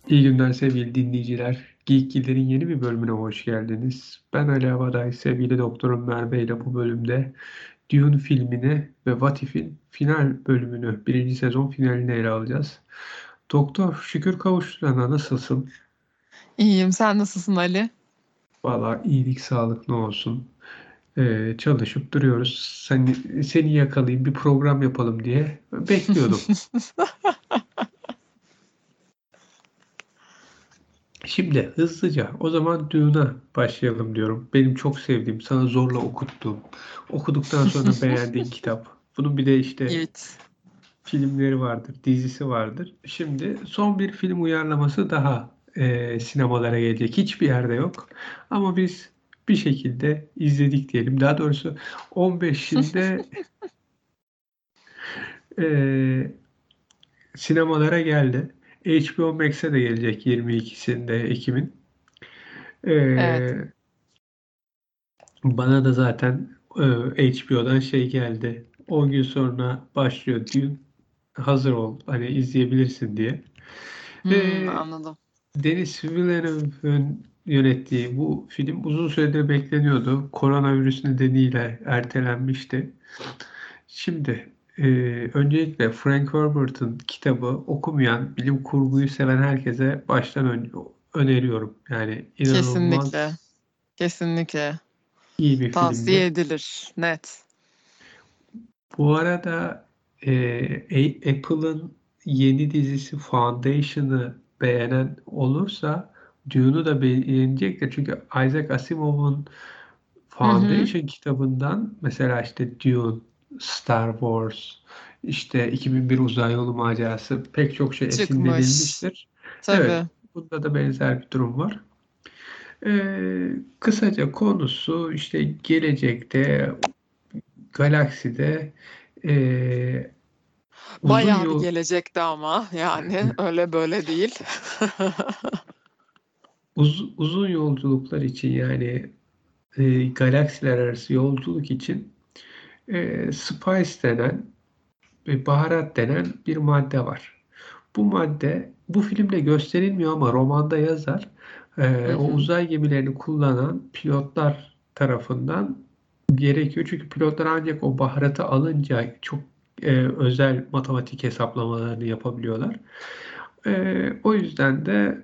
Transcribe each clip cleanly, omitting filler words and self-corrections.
İyi günler sevgili dinleyiciler. Geekgiler'in yeni bir bölümüne hoş geldiniz. Ben Ali Avaday, sevgili doktorum Merve ile bu bölümde Dune filmini ve What If'in final bölümünü, birinci sezon finalini ele alacağız. Doktor, şükür kavuşturana nasılsın? İyiyim. Sen nasılsın Ali? Valla iyilik sağlık ne olsun. Çalışıp duruyoruz. Seni yakalayayım bir program yapalım diye bekliyordum. Şimdi hızlıca o zaman Dune'a başlayalım diyorum. Benim çok sevdiğim, sana zorla okuttuğum, okuduktan sonra beğendiğin kitap. Bunun bir de işte Evet. filmleri vardır, dizisi vardır. Şimdi son bir film uyarlaması daha sinemalara gelecek. Hiçbir yerde yok. Ama biz bir şekilde izledik diyelim. Daha doğrusu 15'inde e, sinemalara geldi. HBO Max'e de gelecek 22'sinde Ekim'in. Evet. E, Bana da zaten HBO'dan şey geldi. 10 gün sonra başlıyor Dune. Hazır ol. Hani izleyebilirsin diye. Ve Anladım. Denis Villeneuve'ın yönettiği bu film uzun süredir bekleniyordu. Koronavirüs nedeniyle ertelenmişti. Şimdi öncelikle Frank Herbert'ın kitabı okumayan, bilim kurguyu seven herkese baştan öneriyorum. Yani Kesinlikle. inanılmaz Kesinlikle. iyi bir Tavsiye filmdi. edilir. Net. Bu arada Apple'ın yeni dizisi Foundation'ı beğenen olursa Dune'u da beğenecektir. Çünkü Isaac Asimov'un Hı hı. Foundation kitabından mesela işte Dune, Star Wars, işte 2001 Uzay Yolu Macerası pek çok şey Çıkmış. esinlenilmiştir. Evet, Tabii. bunda da benzer bir durum var. Kısaca konusu işte gelecekte galakside ee, uzun Bayağı bir yol gelecekti ama yani öyle böyle değil. uzun yolculuklar için yani galaksiler arası yolculuk için spice denen baharat denen bir madde var. Bu madde bu filmde gösterilmiyor ama romanda yazar. Hı O hı. uzay gemilerini kullanan pilotlar tarafından gerekiyor. Çünkü pilotlar ancak o baharatı alınca çok özel matematik hesaplamalarını yapabiliyorlar. O yüzden de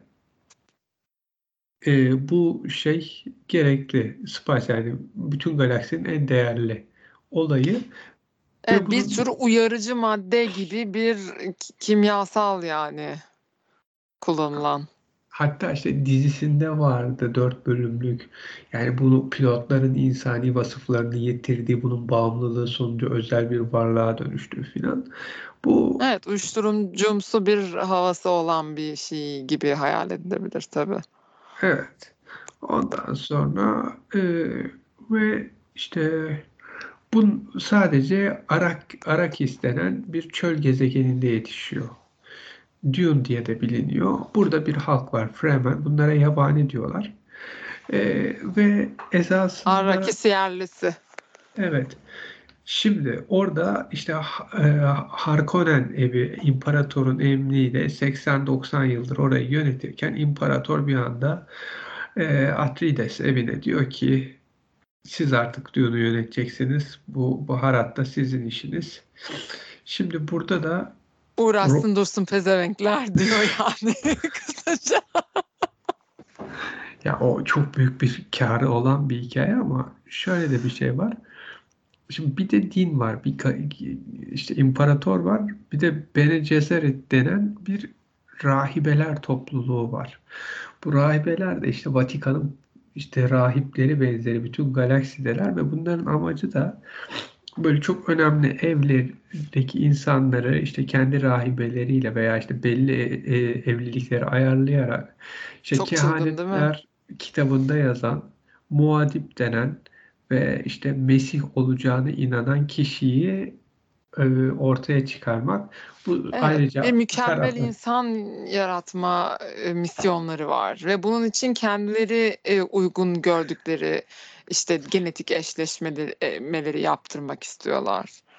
bu şey gerekli. Spice yani bütün galaksinin en değerli olayı ve Evet, bir tür bunun uyarıcı madde gibi bir kimyasal yani kullanılan. hatta işte dizisinde vardı 4 bölümlük. Yani bunu pilotların insani vasıflarını yitirdiği, bunun bağımlılığı sonucu özel bir varlığa dönüştüğü filan. Bu Evet, uyuşturucumsu bir havası olan bir şey gibi hayal edilebilir tabii. evet. Ondan sonra ve işte bu sadece Arakis denen bir çöl gezegeninde yetişiyor. Dune diye de biliniyor. Burada bir halk var, Fremen. Bunlara yabani diyorlar. Ve esasında Arrakis yerlisi. evet. Şimdi orada işte Harkonnen evi imparatorun emriyle 80-90 yıldır orayı yönetirken imparator bir anda Atreides evine diyor ki siz artık Dune'u yöneteceksiniz. Bu baharat da sizin işiniz. Şimdi burada da Ro- Uğraşsın dursun pezevenkler diyor yani kısaca. ya o çok büyük bir kârı olan bir hikaye ama şöyle de bir şey var. Şimdi bir de din var, işte imparator var, bir de Bene Gesserit denen bir rahibeler topluluğu var. Bu rahibeler de işte Vatikan'ın işte rahipleri benzeri bütün galaksideler ve bunların amacı da böyle çok önemli evlerdeki insanları işte kendi rahibeleriyle veya işte belli evlilikleri ayarlayarak işte Çok çılgın değil mi? Kehanetler kitabında yazan muadip denen ve işte Mesih olacağına inanan kişiyi ortaya çıkarmak. Bu Evet, bir ayrıca bir mükemmel taraftan insan yaratma misyonları var ve bunun için kendileri uygun gördükleri işte genetik eşleşmeleri yaptırmak istiyorlar.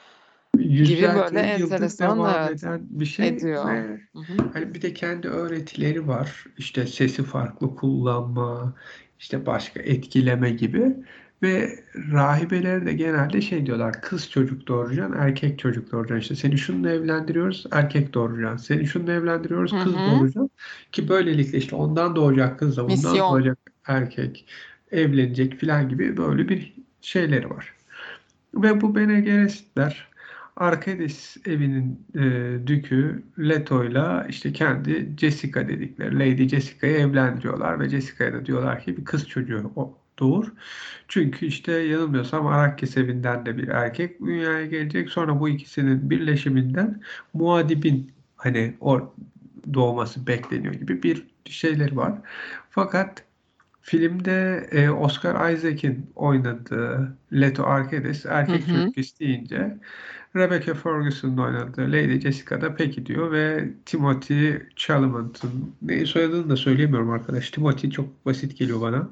gibi böyle yüzlerce yıldır enteresan, devam evet, eden bir şey ediyor. ve Hı hı. hani bir de kendi öğretileri var. İşte sesi farklı kullanma, işte başka etkileme gibi ve rahibeler de genelde şey diyorlar: kız çocuk doğuracaksın, erkek çocuk doğuracaksın. İşte seni şununla evlendiriyoruz, erkek doğuracaksın. Seni şununla evlendiriyoruz, Hı kız hı. doğuracaksın. Ki böylelikle işte ondan doğacak kızla bundan Misyon. doğacak erkek evlenecek filan gibi böyle bir şeyleri var. Ve bu Bene Gesseritler Arkedis evinin dükü Leto'yla işte kendi Jessica dedikleri Lady Jessica'yı evlendiriyorlar ve Jessica'ya da diyorlar ki bir kız çocuğu doğur. Çünkü işte yanılmıyorsam Arrakis evinden de bir erkek dünyaya gelecek. Sonra bu ikisinin birleşiminden muadibin hani doğması bekleniyor gibi bir şeyleri var. Fakat filmde Oscar Isaac'in oynadığı Leto Arquelles Hı erkek hı. çocuk isteyince Rebecca Ferguson'un oynadığı Lady Jessica da peki diyor ve Timothy Chalamet'ın soyadını da söyleyemiyorum arkadaş. Timothy çok basit geliyor bana.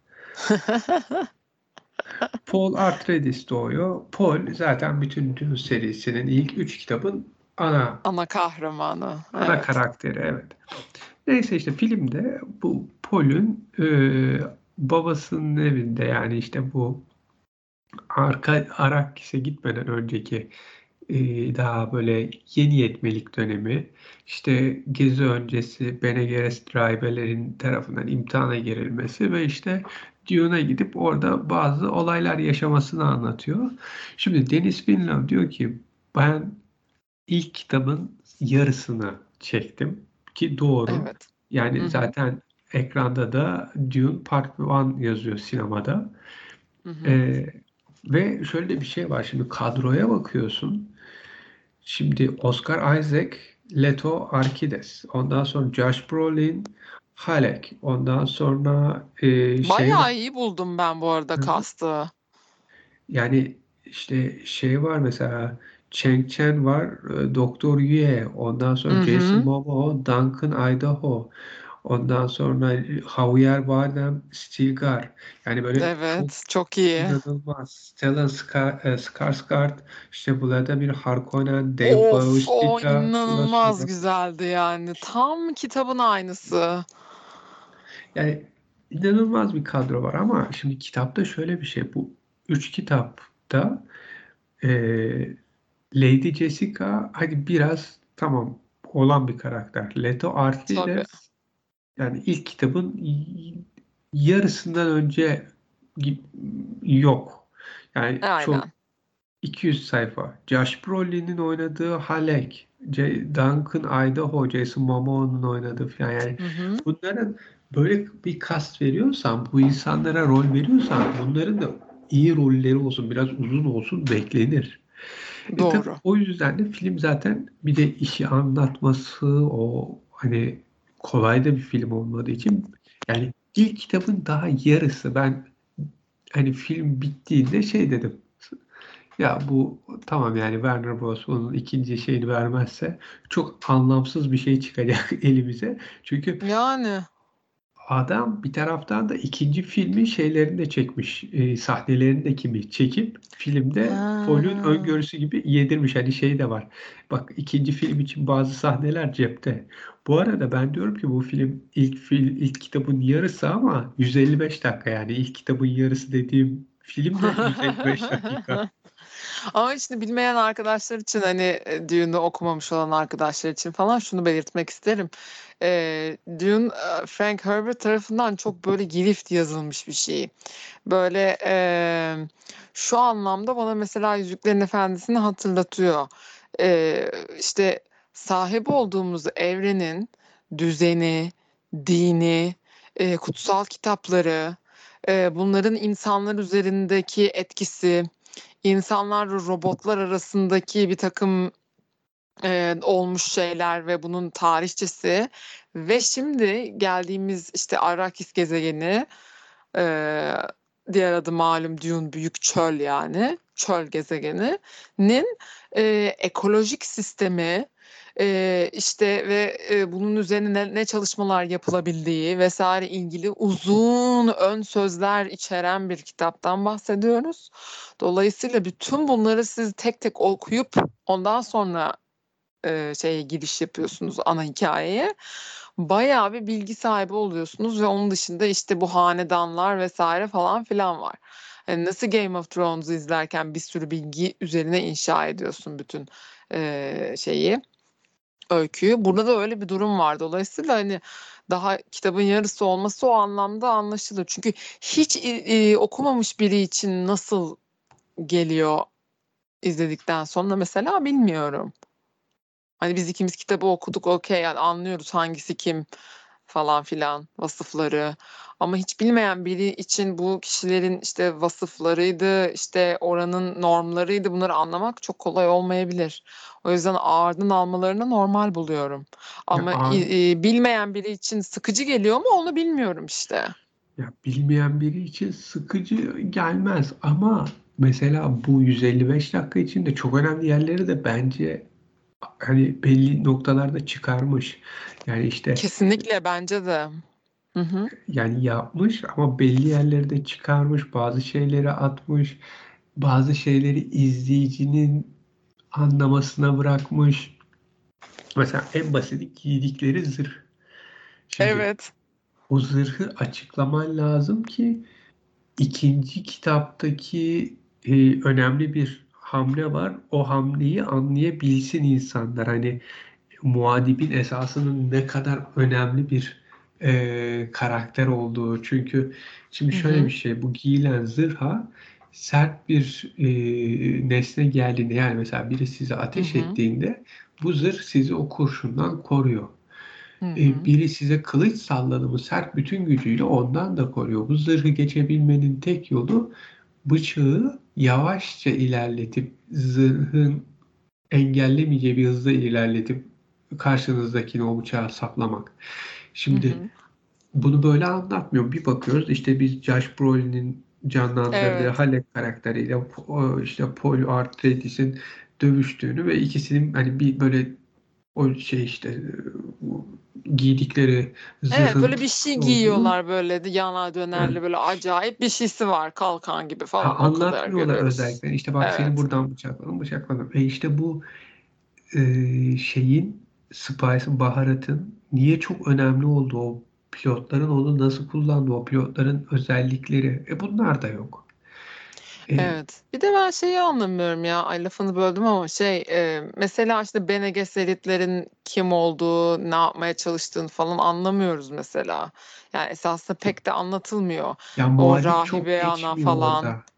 Paul Atreides doğuyor. Paul zaten bütün Dune serisinin ilk 3 kitabın Ana kahramanı. ana Evet. karakteri, evet. Neyse işte filmde bu Paul'ün babasının evinde, yani işte bu Arrakis'e gitmeden önceki daha böyle yeni yetmelik dönemi, işte gezi öncesi Bene Gesserit rahibelerin tarafından imtihana girilmesi ve işte Dune'a gidip orada bazı olaylar yaşamasını anlatıyor. Şimdi Denis Villeneuve diyor ki ben ilk kitabın yarısını çektim ki doğru. Evet. Hı Yani hı. zaten ekranda da Dune Part 1 yazıyor sinemada. Hı hı. Ee, ve şöyle de bir şey var. Şimdi kadroya bakıyorsun. Şimdi Oscar Isaac, Leto Arkides. Ondan sonra Josh Brolin, Halek. Ondan sonra şey var. Bayağı iyi buldum ben bu arada Hı hı. kastı. Yani işte şey var mesela, Cheng Chen var, Doktor Yue. Ondan sonra Hı Jason hı. Momoa, Duncan Idaho. Ondan sonra Javier Bardem, Stilgar. Yani böyle çok Evet, çok iyi. İnanılmaz. Stellan Skarsgård, işte Vladimir Harkonnen, Dave Of, o Bautista, Tula inanılmaz Sorach. güzeldi yani. Tam kitabın aynısı. Yani inanılmaz bir kadro var ama şimdi kitapta şöyle bir şey. Bu üç kitapta e, Lady Jessica hadi biraz tamam olan bir karakter. Leto Tabii. Atreides yani ilk kitabın yarısından önce yok. Yani çok Aynen. 200 sayfa. Josh Brolin'in oynadığı Halleck, Duncan Idaho, Jason Momoa'nın oynadığı falan, yani Hı hı. bunların böyle bir kast veriyorsan, bu insanlara rol veriyorsan bunların da iyi rolleri olsun, biraz uzun olsun beklenir. Tabii Doğru. o yüzden de film zaten bir de işi anlatması o hani kolay da bir film olmadığı için yani ilk kitabın daha yarısı ben hani film bittiğinde şey dedim. Ya bu tamam, yani Warner Bros. Onun ikinci şeyini vermezse çok anlamsız bir şey çıkacak elimize. Çünkü Yani. adam bir taraftan da ikinci filmin şeylerini de çekmiş. Sahnelerini de kimi çekip filmde Paul'ün Ha. öngörüsü gibi yedirmiş. Hani şey de var. Bak, ikinci film için bazı sahneler cepte. Bu arada ben diyorum ki bu film ilk kitabın yarısı ama 155 dakika, yani ilk kitabın yarısı dediğim film de 155 dakika. Ama şimdi bilmeyen arkadaşlar için, hani, Dune'u okumamış olan arkadaşlar için falan şunu belirtmek isterim. Dune, Frank Herbert tarafından çok böyle girift yazılmış bir şey. Böyle, şu anlamda bana mesela Yüzüklerin Efendisi'ni hatırlatıyor. İşte, sahip olduğumuz evrenin düzeni, dini, kutsal kitapları, bunların insanlar üzerindeki etkisi, insanlarla robotlar arasındaki birtakım, olmuş şeyler ve bunun tarihçesi ve şimdi geldiğimiz, işte, Arrakis gezegeni, eee, diğer adı malum Dune, büyük çöl yani, çöl gezegeninin, ekolojik sistemi işte ve bunun üzerine ne çalışmalar yapılabildiği vesaire ilgili uzun ön sözler içeren bir kitaptan bahsediyoruz. Dolayısıyla bütün bunları siz tek tek okuyup ondan sonra şeye giriş yapıyorsunuz ana hikayeye. Bayağı bir bilgi sahibi oluyorsunuz ve onun dışında işte bu hanedanlar vesaire falan filan var. Yani nasıl Game of Thrones'u izlerken bir sürü bilgi üzerine inşa ediyorsun bütün şeyi, öyküyü. Burada da öyle bir durum var. Dolayısıyla hani daha kitabın yarısı olması o anlamda anlaşılır. Çünkü hiç okumamış biri için nasıl geliyor izledikten sonra mesela bilmiyorum. Hani biz ikimiz kitabı okuduk, okey, yani anlıyoruz hangisi kim falan filan vasıfları. Ama hiç bilmeyen biri için bu kişilerin işte vasıflarıydı, işte oranın normlarıydı, bunları anlamak çok kolay olmayabilir. O yüzden ağırdan almalarını normal buluyorum. Ya, Ama bilmeyen biri için sıkıcı geliyor mu onu bilmiyorum işte. ya bilmeyen biri için sıkıcı gelmez ama mesela bu 155 dakika içinde çok önemli yerleri de bence hani belli noktalarda çıkarmış. Yani işte Kesinlikle bence de. Hı hı. yani yapmış ama belli yerleri de çıkarmış, bazı şeyleri atmış, bazı şeyleri izleyicinin anlamasına bırakmış. Mesela en basiti giydikleri zırh. Şimdi Evet. o zırhı açıklaman lazım ki ikinci kitaptaki önemli bir hamle var. O hamleyi anlayabilsin insanlar. Hani muadibin esasının ne kadar önemli bir karakter olduğu. Çünkü şimdi Hı şöyle bir hı. şey, bu giyilen zırha sert bir nesne geldiğinde, yani mesela biri size Hı ateş hı. ettiğinde bu zırh sizi o kurşundan koruyor. Hı hı. Biri size kılıç salladı mı sert bütün gücüyle ondan da koruyor. Bu zırhı geçebilmenin tek yolu bıçağı yavaşça ilerletip zırhın engellemeyeceği bir hızda ilerletip karşınızdakini o bıçağa saplamak. Hı Şimdi hı. bunu böyle anlatmıyor. Bir bakıyoruz işte biz Josh Brolin'in canlandırdığı Evet. Halleck karakteriyle işte Paul Atreides'in dövüştüğünü ve ikisinin hani bir böyle o şey işte bu giydikleri Evet, zırhın böyle bir şey olduğunu giyiyorlar böyle de yana yani dönerli böyle acayip bir şeysi var kalkan gibi falan o kadar anlatmıyorlar görüyoruz. özellikle. İşte bak seni Evet. buradan bıçakladım, bıçakladım. İşte bu şeyin Spice'ın baharatın niye çok önemli olduğu, o pilotların onu nasıl kullandığı, o pilotların özellikleri. Bunlar da yok. E, Evet. Bir de ben şeyi anlamıyorum ya. Ay lafını böldüm ama mesela işte Bene Gesseritlerin kim olduğu, ne yapmaya çalıştığını falan anlamıyoruz mesela. Yani esasında pek de anlatılmıyor. Ya O muadip çok rahibe ana geçmiyor falan. orada.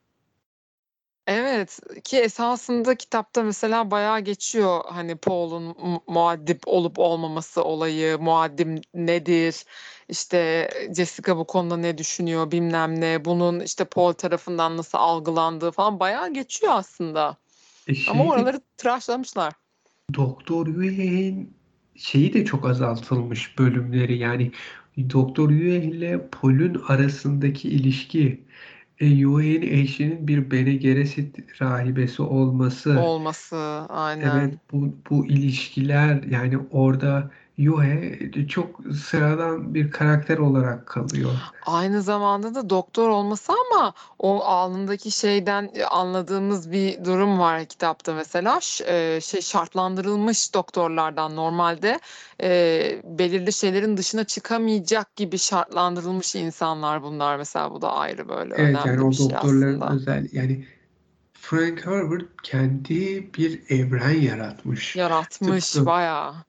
Evet ki esasında kitapta mesela bayağı geçiyor hani Paul'un muaddip olup olmaması olayı, muaddim nedir, işte Jessica bu konuda ne düşünüyor bilmem ne, bunun işte Paul tarafından nasıl algılandığı falan bayağı geçiyor aslında. Ama Şeydi, oraları tıraşlamışlar. Doktor Yueh'in şeyi de çok azaltılmış bölümleri. Yani Doktor Yueh ile Paul'ün arasındaki ilişki, Yueh'in eşinin bir Bene Gesserit rahibesi olması. Olması Evet, aynen. bu ilişkiler, yani orada Yuhe çok sıradan bir karakter olarak kalıyor. Aynı zamanda da doktor olması ama o alnındaki şeyden anladığımız bir durum var kitapta mesela. Şartlandırılmış doktorlardan normalde belirli şeylerin dışına çıkamayacak gibi şartlandırılmış insanlar bunlar mesela. Bu da ayrı böyle Evet, yani önemli bir o şey doktorların aslında. özel, yani Frank Herbert kendi bir evren yaratmış. Yaratmış Tıpkı bayağı.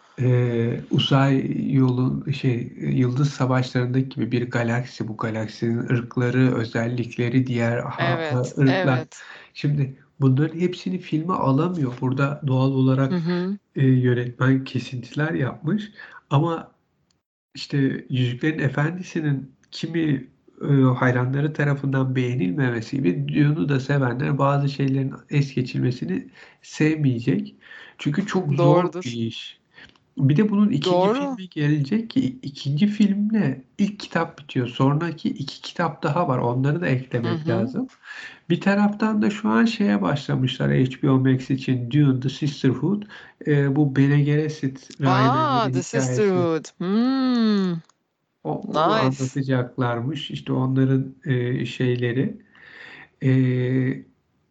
uzay yolu yıldız savaşlarındaki gibi bir galaksi, bu galaksinin ırkları, özellikleri, diğer Evet, ırklar. evet. Şimdi bunların hepsini filme alamıyor. Burada doğal Hı olarak hı. yönetmen kesintiler yapmış. Ama işte Yüzüklerin Efendisi'nin kimi hayranları tarafından beğenilmemesi gibi Dune'u da sevenler bazı şeylerin es geçilmesini sevmeyecek. Çünkü çok zor bir Doğrudur. iş. Bir de bunun ikinci Doğru. filmi gelecek ki ikinci filmle ilk kitap bitiyor. Sonraki iki kitap daha var. Onları da Hı eklemek hı. lazım. Bir taraftan da şu an şeye başlamışlar HBO Max için Dune The Sisterhood. Bu Bene Gesserit Aa, rahibeleri The hikayesi. Sisterhood. Hmm, Onu nice. anlatacaklarmış. İşte onların şeyleri. E,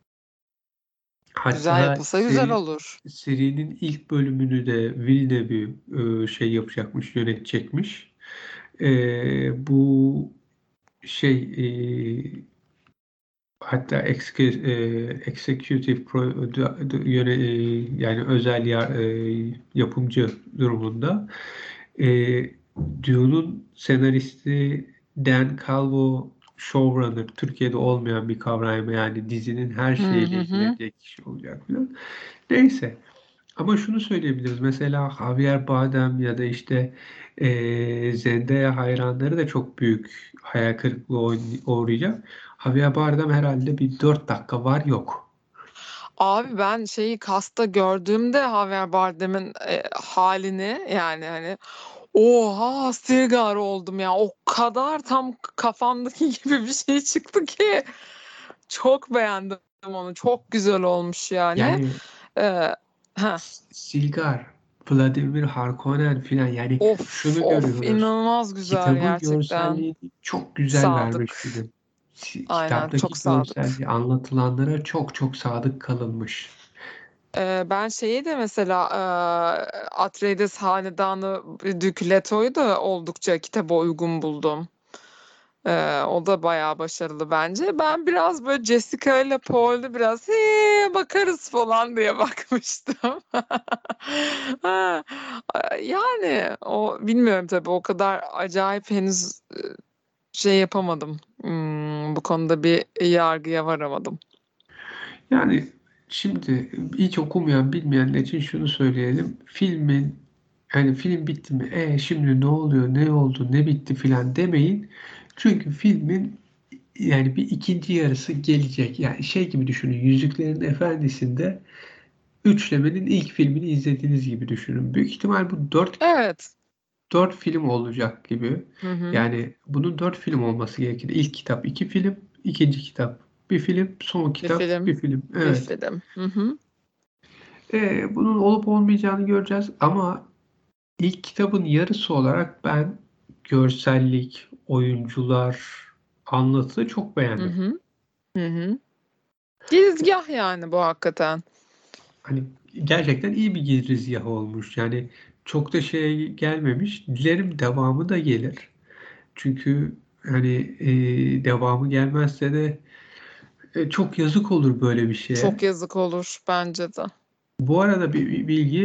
Güzel Hatta yapılsa güzel olur. serinin ilk bölümünü de Villeneuve şey yapacakmış, yönetecekmiş. Bu şey hatta executive yani özel yapımcı durumunda. E, Dune'un senaristi Dan Calvo, showrunner, Türkiye'de olmayan bir kavram, yani dizinin her Hı hı şeyiyle hı. ilgilenecek kişi olacak falan. Neyse. Ama şunu söyleyebiliriz. Mesela Javier Bardem ya da işte Zendaya hayranları da çok büyük hayal kırıklığı uğrayacak. Javier Bardem herhalde bir 4 dakika var yok. Abi ben şeyi kasta gördüğümde Javier Bardem'in halini, yani hani oha Stilgar oldum ya. O kadar tam kafamdaki gibi bir şey çıktı ki çok beğendim onu. Çok güzel olmuş yani. Yani Ee, heh. Silgar, Vladimir Harkonnen filan, yani Of şunu of, görüyoruz. inanılmaz güzel Kitabın gerçekten. görselliğini çok güzel vermiş Sadık. film. Aynen, çok Kitaptaki sadık. görselliği, anlatılanlara çok çok sadık kalınmış. Ben şeyi de mesela Atreides Hanedanı Dük Leto'yu da oldukça kitaba uygun buldum. O da bayağı başarılı bence. Ben biraz böyle Jessica ile Paul'de biraz bakarız falan diye bakmıştım. Ha, yani o bilmiyorum tabii, o kadar acayip henüz şey yapamadım. Bu konuda bir yargıya varamadım. Yani şimdi hiç okumayan, bilmeyenler için şunu söyleyelim. Yani film bitti mi? Şimdi ne oluyor, ne oldu, ne bitti filan demeyin. Çünkü filmin yani bir ikinci yarısı gelecek. Yani şey gibi düşünün. Yüzüklerin Efendisi'nde üçlemenin ilk filmini izlediğiniz gibi düşünün. Büyük ihtimal bu Evet. dört film olacak gibi. Hı hı. Yani bunun dört film olması gerekir. İlk kitap iki film, ikinci kitap bir film, son Bir kitap film. bir film. Bir Evet. film. Hı hı. Bunun olup olmayacağını göreceğiz ama ilk kitabın yarısı olarak ben görsellik, oyuncular, anlatı çok Hı beğendim. hı. Hı hı. Girizgah yani bu hakikaten. Hani gerçekten iyi bir girizgah olmuş. Yani çok da şey gelmemiş. Dilerim devamı da gelir. Çünkü hani devamı gelmezse de çok yazık olur böyle bir Çok şeye. yazık olur bence de. Bu arada bir bilgi,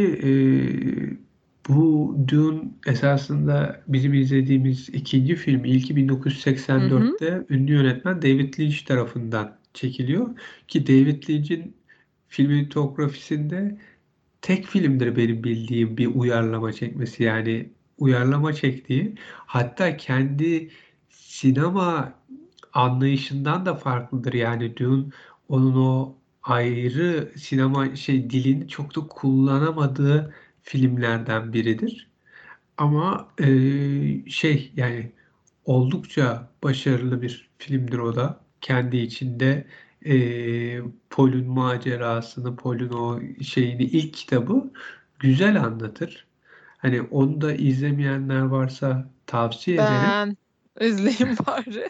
bu Dune esasında bizim izlediğimiz ikinci film, ilki Hı hı. 1984'te ünlü yönetmen David Lynch tarafından çekiliyor ki David Lynch'in filmografisinde tek filmdir benim bildiğim bir uyarlama çekmesi, yani uyarlama çektiği, hatta kendi sinema anlayışından da farklıdır. Yani Dune onun o ayrı sinema dilini çok da kullanamadığı filmlerden biridir. Ama yani oldukça başarılı bir filmdir o da. Kendi içinde Paul'un macerasını, Paul'un o ilk kitabı güzel anlatır. Hani onu da izlemeyenler varsa tavsiye ederim. Ben izleyeyim bari.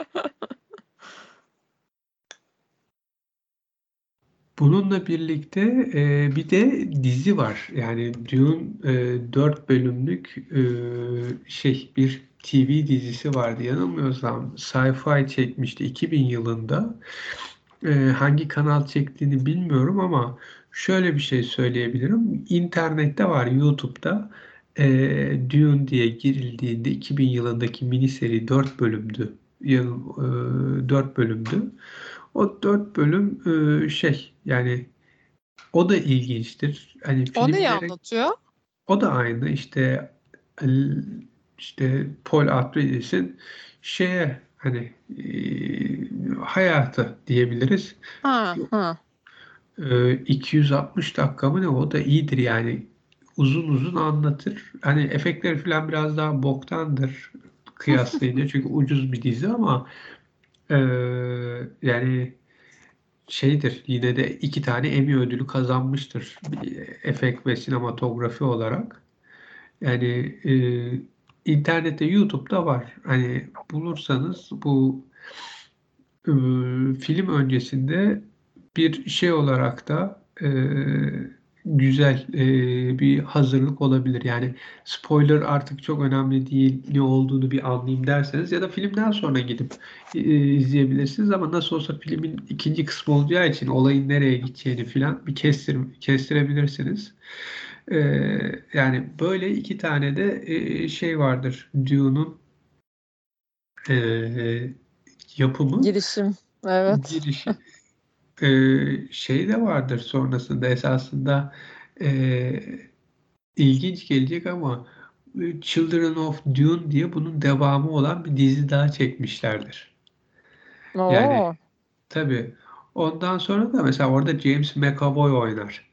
Bununla birlikte bir de dizi var. Yani Dune 4 bölümlük bir TV dizisi vardı. Yanılmıyorsam Sci-Fi çekmişti 2000 yılında. Hangi kanal çektiğini bilmiyorum ama şöyle bir şey söyleyebilirim. İnternette var, YouTube'da. Dune diye girildiğinde 2000 yılındaki mini seri 4 bölümdü. 4 bölümdü. O 4 bölüm yani o da ilginçtir. Hani O neyi filmlere anlatıyor? o da aynı işte Paul Atreides'in hani hayatı diyebiliriz. Ha ha. 260 dakika mı ne, o da iyidir yani. uzun uzun anlatır. Hani efektleri falan biraz daha boktandır kıyaslayınca çünkü ucuz bir dizi ama e, yani şeydir yine de iki tane Emmy ödülü kazanmıştır efekt ve sinematografi olarak. Yani internette YouTube'da var. Hani bulursanız bu e, film öncesinde bir şey olarak da güzel bir hazırlık olabilir. Yani spoiler artık çok önemli değil, ne olduğunu bir anlayayım derseniz ya da filmden sonra gidip izleyebilirsiniz ama nasıl olsa filmin ikinci kısmı olacağı için olayın nereye gideceğini falan bir kestirebilirsiniz. E, Yani böyle iki tane de şey vardır. Dune'un e, yapımı Girişim. Evet. girişi şey de vardır sonrasında esasında ilginç gelecek ama Children of Dune diye bunun devamı olan bir dizi daha çekmişlerdir. Yani Oo. tabii ondan sonra da mesela orada James McAvoy oynar.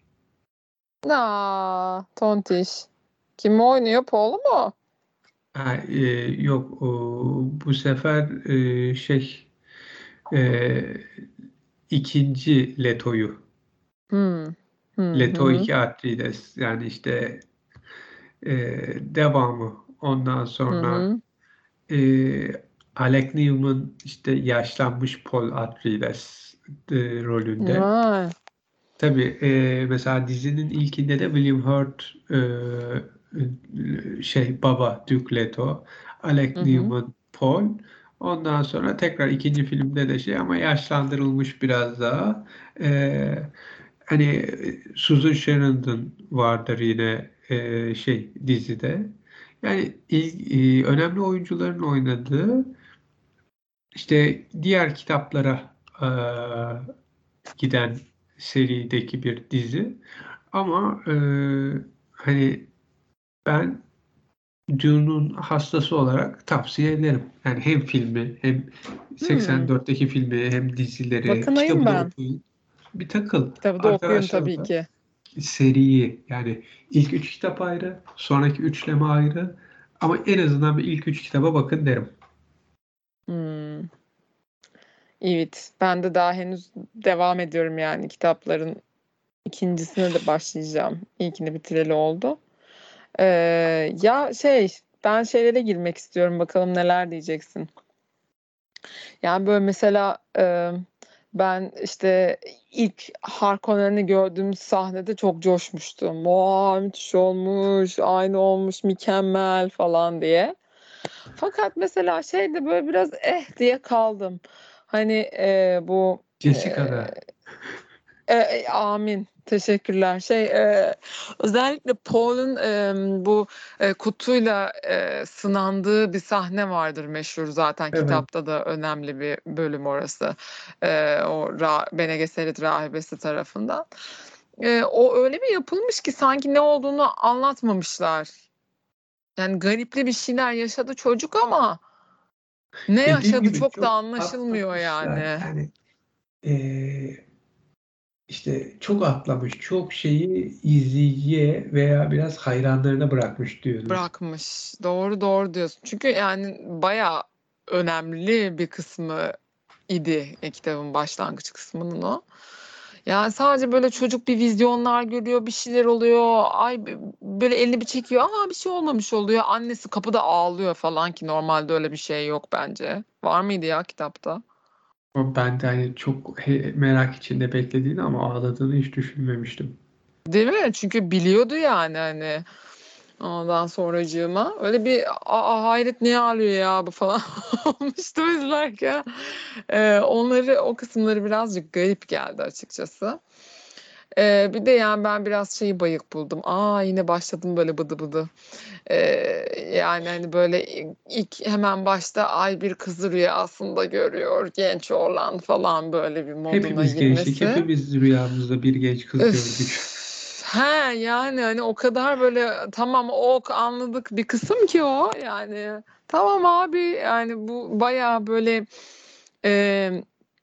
Tontiş. Kim oynuyor? Paul'u mu? Ha, yok bu sefer şey e, ikinci Leto'yu Hmm. Leto Hı. 2 Atreides yani işte devamı. Ondan Hı sonra hı. e, Alec Newman işte yaşlanmış Paul Atreides rolünde. Vay. Tabii mesela dizinin ilkinde de William Hurt şey baba Duke Leto, Alec Hı hı. Newman Paul. Ondan sonra tekrar ikinci filmde de şey ama yaşlandırılmış biraz daha. Hani Susan Sarandon vardır yine şey dizide. Yani önemli oyuncuların oynadığı işte diğer kitaplara giden serideki bir dizi. Ama hani ben Dune'un hastası olarak tavsiye ederim. Yani hem filmi hem Hmm. 84'teki filmi hem dizileri Bakınayım kitabı da ben. okuyun. Bir takıl. Kitabı da okuyayım Arkadaşlar tabii da ki. seriyi yani ilk üç kitap ayrı, sonraki üçleme ayrı ama en azından bir ilk üç kitaba bakın derim. Hmm. Evet. Ben de daha henüz devam ediyorum yani kitapların ikincisine de başlayacağım. İlkini bitireli oldu. Ya ben şeylere girmek istiyorum. Bakalım neler diyeceksin. Yani böyle mesela ben işte ilk Harkonnen'i gördüğüm sahnede çok coşmuştum. Vay müthiş olmuş, aynı olmuş, mükemmel falan diye. Fakat mesela şeyde böyle biraz diye kaldım. Hani bu Jessica'da. amin. Teşekkürler. Özellikle Paul'un bu kutuyla sınandığı bir sahne vardır meşhur zaten Evet. kitapta da önemli bir bölüm orası. O Bene Gesserit rahibesi tarafından. O öyle bir yapılmış ki sanki ne olduğunu anlatmamışlar. Yani garipli bir şeyler yaşadı çocuk ama ne Dediğim yaşadı gibi çok da çok anlaşılmıyor atlamışlar. yani. Yani e, işte çok atlamış. Çok şeyi izleyiciye veya biraz hayranlarına bırakmış diyorum. Bırakmış. Doğru, doğru diyorsun. Çünkü yani bayağı önemli bir kısmı idi kitabın başlangıç kısmının o. Yani sadece böyle çocuk bir vizyonlar görüyor, bir şeyler oluyor. Ay böyle elini bir çekiyor. Aa bir şey olmamış oluyor. Annesi kapıda ağlıyor falan ki normalde öyle bir şey yok bence. Var mıydı ya kitapta? Ama ben de hani çok merak içinde beklediğini ama ağladığını hiç düşünmemiştim. Değil mi? Çünkü biliyordu yani hani. Ondan sonracığıma öyle bir hayret niye ağlıyor ya bu falan olmuştu izlerken. O kısımları birazcık garip geldi açıkçası. Bir de yani ben biraz şeyi bayık buldum. Yine başladım böyle bıdı bıdı. Yani hani böyle ilk hemen başta ay bir kızı rüyasında görüyor genç oğlan falan böyle bir moduna Hepimiz gençlik, girmesi. hepimiz rüyamızda bir genç kız gördük. Öf. Yani hani o kadar böyle tamam ok anladık bir kısım ki o yani tamam abi yani bu bayağı böyle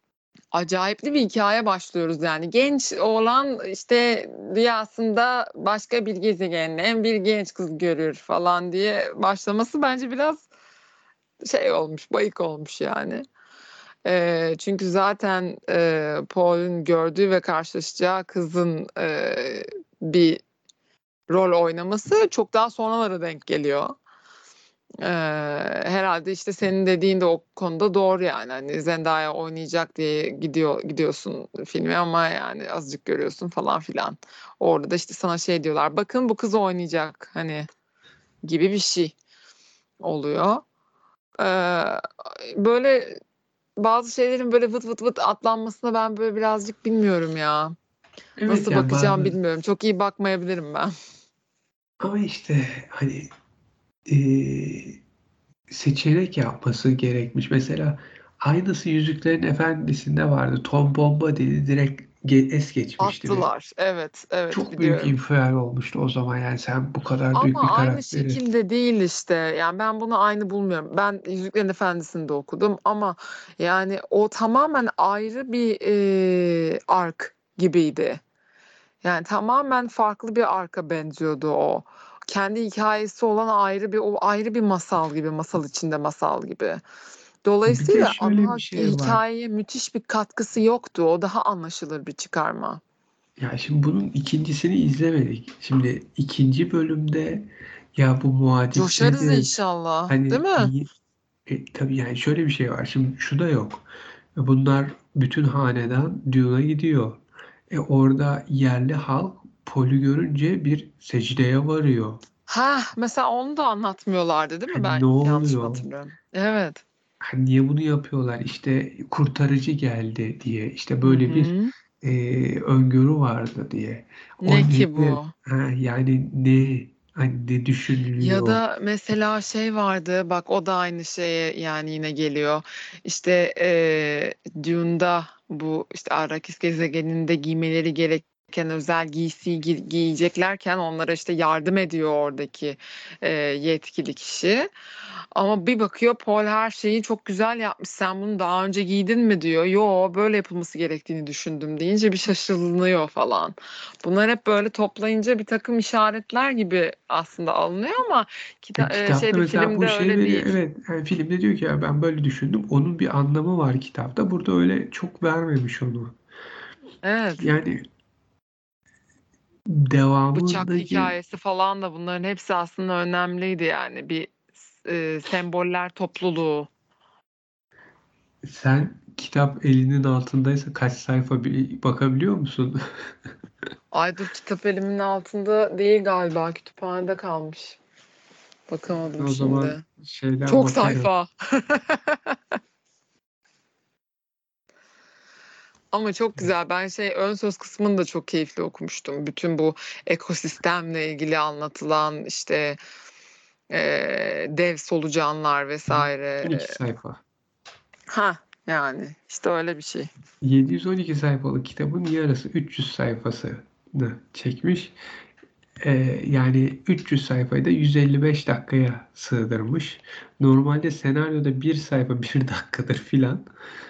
acayipli bir hikaye başlıyoruz yani. Genç oğlan işte rüyasında başka bir gezegenden bir genç kız görür falan diye başlaması bence biraz şey olmuş, bayık olmuş yani. Çünkü zaten Paul'un gördüğü ve karşılaşacağı kızın bir rol oynaması çok daha sonralara denk geliyor. Herhalde işte senin dediğin de o konuda doğru yani. Hani Zendaya oynayacak diye gidiyorsun filme ama yani azıcık görüyorsun falan filan. Orada da işte sana şey diyorlar. Bakın bu kız oynayacak hani gibi bir şey oluyor. Ee, Böyle bazı şeylerin böyle vıt vıt vıt atlanmasına ben böyle birazcık bilmiyorum ya. Evet Nasıl yani bakacağım bazı bilmiyorum. Çok iyi bakmayabilirim ben. ama işte hani seçenek yapması gerekmiş. Mesela aynısı Yüzüklerin Efendisi'nde vardı. Tom Bombadil'i direkt es geçmişti ve Attılar. Evet, evet çok büyük biliyorum. infial olmuştu o zaman. Yani sen bu kadar büyük Ama bir aynı karakteri. şekilde değil işte. Yani ben bunu aynı bulmuyorum. Ben Yüzüklerin Efendisi'ni de okudum ama yani o tamamen ayrı bir ark gibiydi. Yani tamamen farklı bir arka benziyordu o. Kendi hikayesi olan ayrı bir masal gibi, masal içinde masal gibi. Bir de Dolayısıyla şöyle ana bir şey var. hikayeye müthiş bir katkısı yoktu. O daha anlaşılır bir çıkarma. Ya şimdi bunun ikincisini izlemedik. Şimdi ikinci bölümde ya bu muadip Coşarız nedir? inşallah, değil Hani mi? niye? Tabii yani şöyle bir şey var. Şimdi şu da yok. Bunlar bütün hanedan Dune'a gidiyor. Orada yerli halk Pol'ü görünce bir secdeye varıyor. Ha, mesela onu da anlatmıyorlardı, değil mi? Hani Ben ne yanlış mı oluyor? hatırlıyorum? Evet. Hani niye bunu yapıyorlar? İşte kurtarıcı geldi diye. İşte Hı böyle bir hı. öngörü vardı diye. O Ne ki nedir? bu? Ha, yani ne? Hani ne Ya düşünülüyor? da mesela şey vardı, bak o da aynı şeye yani yine geliyor. İşte Dune'da bu işte Arrakis gezegeninde giymeleri gereken özel giysiyi giyeceklerken onlara işte yardım ediyor oradaki yetkili kişi. Ama bir bakıyor Paul her şeyi çok güzel yapmış. Sen bunu daha önce giydin mi diyor. Yo böyle yapılması gerektiğini düşündüm deyince bir şaşırılıyor falan. Bunlar hep böyle toplayınca bir takım işaretler gibi aslında alınıyor ama Kitapta şeyde mesela bu filmde şey öyle veriyor. değil. Evet, yani filmde diyor ki ya ben böyle düşündüm. Onun bir anlamı var kitapta. Burada öyle çok vermemiş onu. Evet. Yani Bıçak devamındaki hikayesi falan da bunların hepsi aslında önemliydi yani bir semboller topluluğu. sen kitap elinin altındaysa kaç sayfa bir bakabiliyor musun? Ay dur kitap elimin altında değil galiba kütüphanede kalmış. Bakamadım O zaman şimdi. şeyden Çok bakarım. sayfa. Ama çok güzel. Ben ön söz kısmını da çok keyifli okumuştum. Bütün bu ekosistemle ilgili anlatılan işte dev solucanlar vesaire. 12 sayfa. Ha yani işte öyle bir şey. 712 sayfalık kitabın yarısı 300 sayfasını çekmiş. Yani 300 sayfayı da 155 dakikaya sığdırmış. Normalde senaryoda bir sayfa bir dakikadır filan.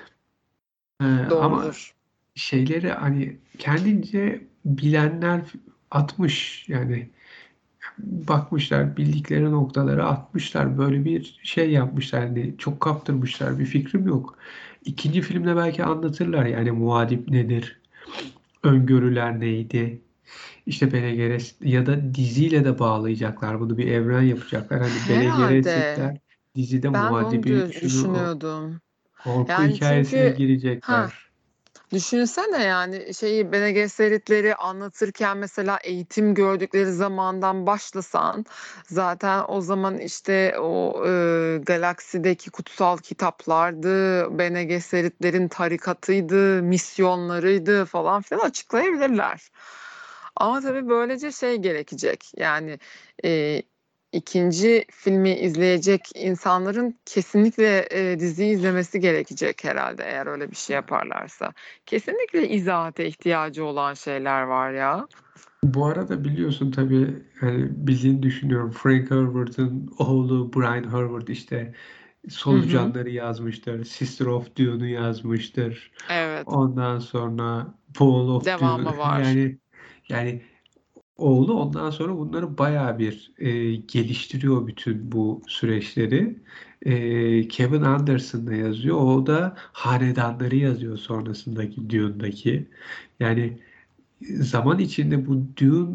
Ama Doğrudur. şeyleri hani kendince bilenler atmış yani bakmışlar bildikleri noktaları atmışlar böyle bir şey yapmışlar hani çok kaptırmışlar bir fikrim yok. İkinci filmde belki anlatırlar yani muadip nedir, öngörüler neydi, işte Bene Gesserit ya da diziyle de bağlayacaklar bunu bir evren yapacaklar. Hani Bene Herhalde. Gesseritler dizide Ben de onu muadibi şunu düşünüyordum. korku Yani hikayesine çünkü ha girecekler. düşünsene yani Bene Gesseritleri anlatırken mesela eğitim gördükleri zamandan başlasan zaten o zaman işte o galaksideki kutsal kitaplardı, Bene Gesseritlerin tarikatıydı, misyonlarıydı falan filan açıklayabilirler. Ama tabii böylece gerekecek yani e, ikinci filmi izleyecek insanların kesinlikle diziyi izlemesi gerekecek herhalde eğer öyle bir şey yaparlarsa. Kesinlikle izahata ihtiyacı olan şeyler var ya. Bu arada biliyorsun tabii yani bildiğini düşünüyorum. Frank Herbert'ın oğlu Brian Herbert işte Hı hı. Solucanları yazmıştır. Sister of Dune'u yazmıştır. Evet. Ondan sonra Paul of Dune Devamı var. yani oğlu ondan sonra bunları bayağı bir geliştiriyor bütün bu süreçleri. Kevin Anderson da yazıyor. O da hanedanları yazıyor sonrasındaki Dune'daki. Yani zaman içinde bu Dune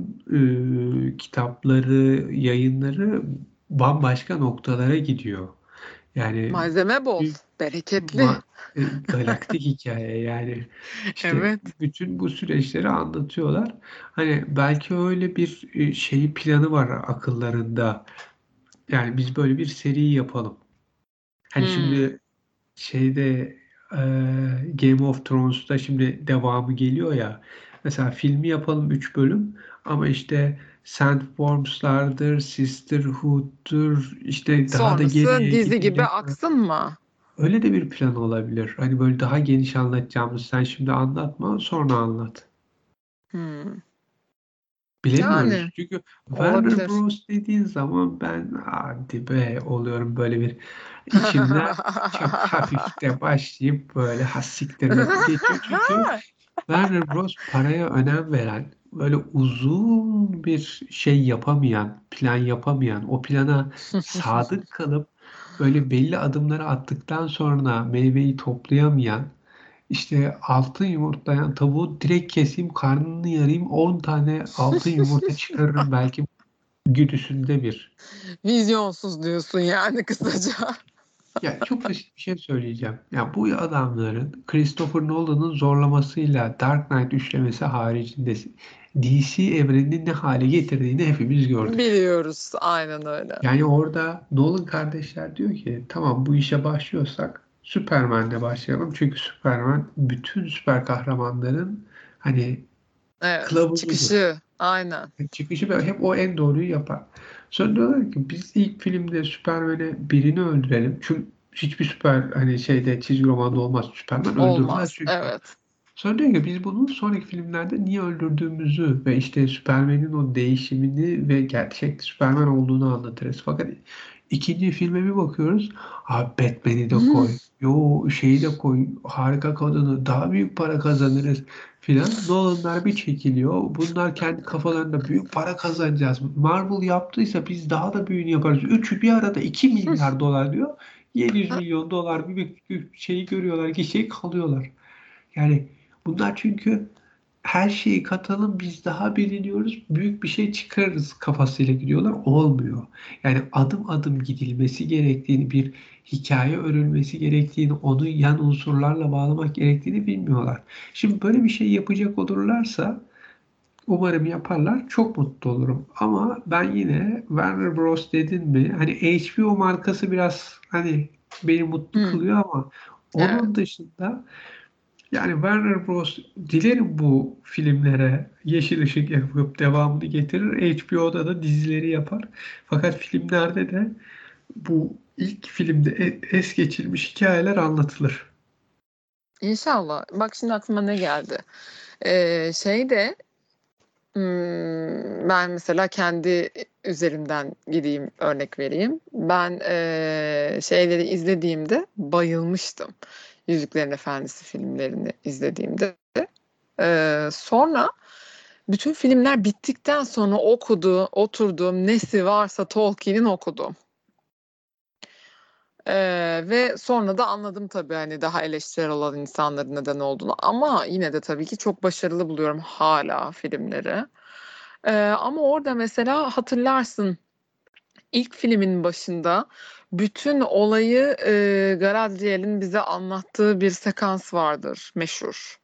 kitapları, yayınları bambaşka noktalara gidiyor. Yani Malzeme bol. bir Bereketli. ma- galaktik hikaye yani işte Evet. bütün bu süreçleri anlatıyorlar. Hani belki öyle bir şeyi planı var akıllarında. Yani biz böyle bir seri yapalım. Hani Hmm. şimdi şeyde e, Game of Thrones'ta şimdi devamı geliyor ya. Mesela filmi yapalım 3 bölüm ama işte Sandworms'lardır, Sisterhood'dur, işte daha da Sonrası geriye dizi gibi gidecek. aksın mı? Öyle de bir plan olabilir. Hani böyle daha geniş anlatacağımız. Sen şimdi anlatma, sonra anlat. Hmm. Bilemiyoruz. Yani Çünkü Warner olabilir. Bros. Dediğin zaman ben hadi be oluyorum böyle bir içimden çok hafif de başlayıp böyle hassiktir geçiyor. Çünkü Warner Bros. Paraya önem veren, böyle uzun bir şey yapamayan, plan yapamayan, o plana sadık kalıp böyle belli adımları attıktan sonra meyveyi toplayamayan, işte altın yumurtlayan tavuğu direkt keseyim, karnını yarayım, 10 tane altın yumurta çıkarırım belki güdüsünde bir. Vizyonsuz diyorsun yani kısaca. Ya çok basit bir şey söyleyeceğim. Ya bu adamların Christopher Nolan'ın zorlamasıyla Dark Knight üçlemesi haricinde DC evrenini ne hale getirdiğini hepimiz gördük. Biliyoruz. Aynen öyle. Yani orada Nolan kardeşler diyor ki tamam bu işe başlıyorsak Superman'le başlayalım. Çünkü Superman bütün süper kahramanların hani Evet. kılavuzudur. Çıkışı. Aynen. Çıkışı böyle hep o en doğruyu yapar. Sonra diyorlar ki biz ilk filmde Superman'e birini öldürelim. Çünkü hiçbir süper hani şeyde çizgi romanda olmaz. Superman öldürmez Olmaz. çünkü. Evet. Sonra diyor ki biz bunu sonraki filmlerde niye öldürdüğümüzü ve işte Superman'in o değişimini ve gerçek Superman olduğunu anlatırız. Fakat ikinci filme bir bakıyoruz. Abi Batman'i de koy. Yo şeyi de koy. Harika kadını. Daha büyük para kazanırız filan. Nolan'lar bir çekiliyor. Bunlar kendi kafalarında büyük para kazanacağız. Marvel yaptıysa biz daha da büyüğünü yaparız. Üçü bir arada 2 milyar dolar diyor. 700 milyon dolar bir şeyi görüyorlar ki şey kalıyorlar. Yani bunlar çünkü her şeyi katalım biz daha biliniyoruz büyük bir şey çıkarırız kafasıyla gidiyorlar olmuyor. Yani adım adım gidilmesi gerektiğini bir hikaye örülmesi gerektiğini onu yan unsurlarla bağlamak gerektiğini bilmiyorlar. Şimdi böyle bir şey yapacak olurlarsa umarım yaparlar çok mutlu olurum. Ama ben yine Warner Bros dedin mi hani HBO markası biraz hani beni mutlu Hmm. kılıyor ama onun Evet. dışında yani Warner Bros. Dilerim bu filmlere yeşil ışık yapıp devamını getirir. HBO'da da dizileri yapar. Fakat filmlerde de bu ilk filmde es geçilmiş hikayeler anlatılır. İnşallah. Bak şimdi aklıma ne geldi. Şeyde ben mesela kendi üzerimden gideyim örnek vereyim. Ben şeyleri izlediğimde bayılmıştım. Yüzüklerin Efendisi filmlerini izlediğimde. Sonra bütün filmler bittikten sonra oturduğum nesi varsa Tolkien'in okudum. Ve sonra da anladım tabii hani daha eleştirel olan insanların neden olduğunu. Ama yine de tabii ki çok başarılı buluyorum hala filmleri. Ama orada mesela hatırlarsın ilk filmin başında bütün olayı Galadriel'in bize anlattığı bir sekans vardır meşhur.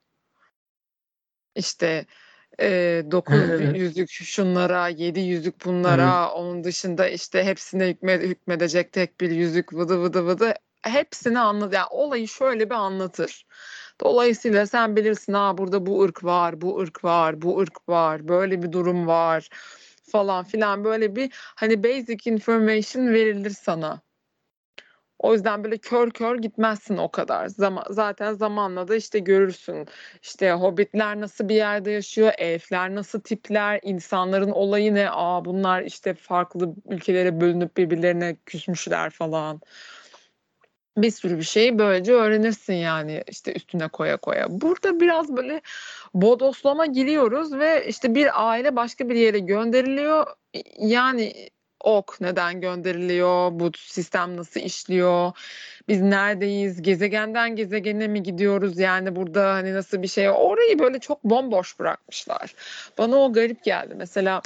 İşte 9 Evet, yüzük şunlara, 7 yüzük evet. bunlara, onun dışında işte hepsine hükmedecek tek bir yüzük vıdı vıdı vıdı. Hepsini anlat. Yani olayı şöyle bir anlatır. Dolayısıyla sen bilirsin ha burada bu ırk var, bu ırk var, bu ırk var, böyle bir durum var falan filan böyle bir hani basic information verilir sana. O yüzden böyle kör kör gitmezsin o kadar. Zaten zamanla da işte görürsün. İşte hobbitler nasıl bir yerde yaşıyor, elfler nasıl tipler, insanların olayı ne? Bunlar işte farklı ülkelere bölünüp birbirlerine küsmüşler falan. Bir sürü bir şeyi böylece öğrenirsin yani işte üstüne koya koya. Burada biraz böyle bodoslama giriyoruz ve işte bir aile başka bir yere gönderiliyor. Yani ok neden gönderiliyor? Bu sistem nasıl işliyor? Biz neredeyiz? Gezegenden gezegene mi gidiyoruz? Yani burada hani nasıl bir şey? Orayı böyle çok bomboş bırakmışlar. Bana o garip geldi. Mesela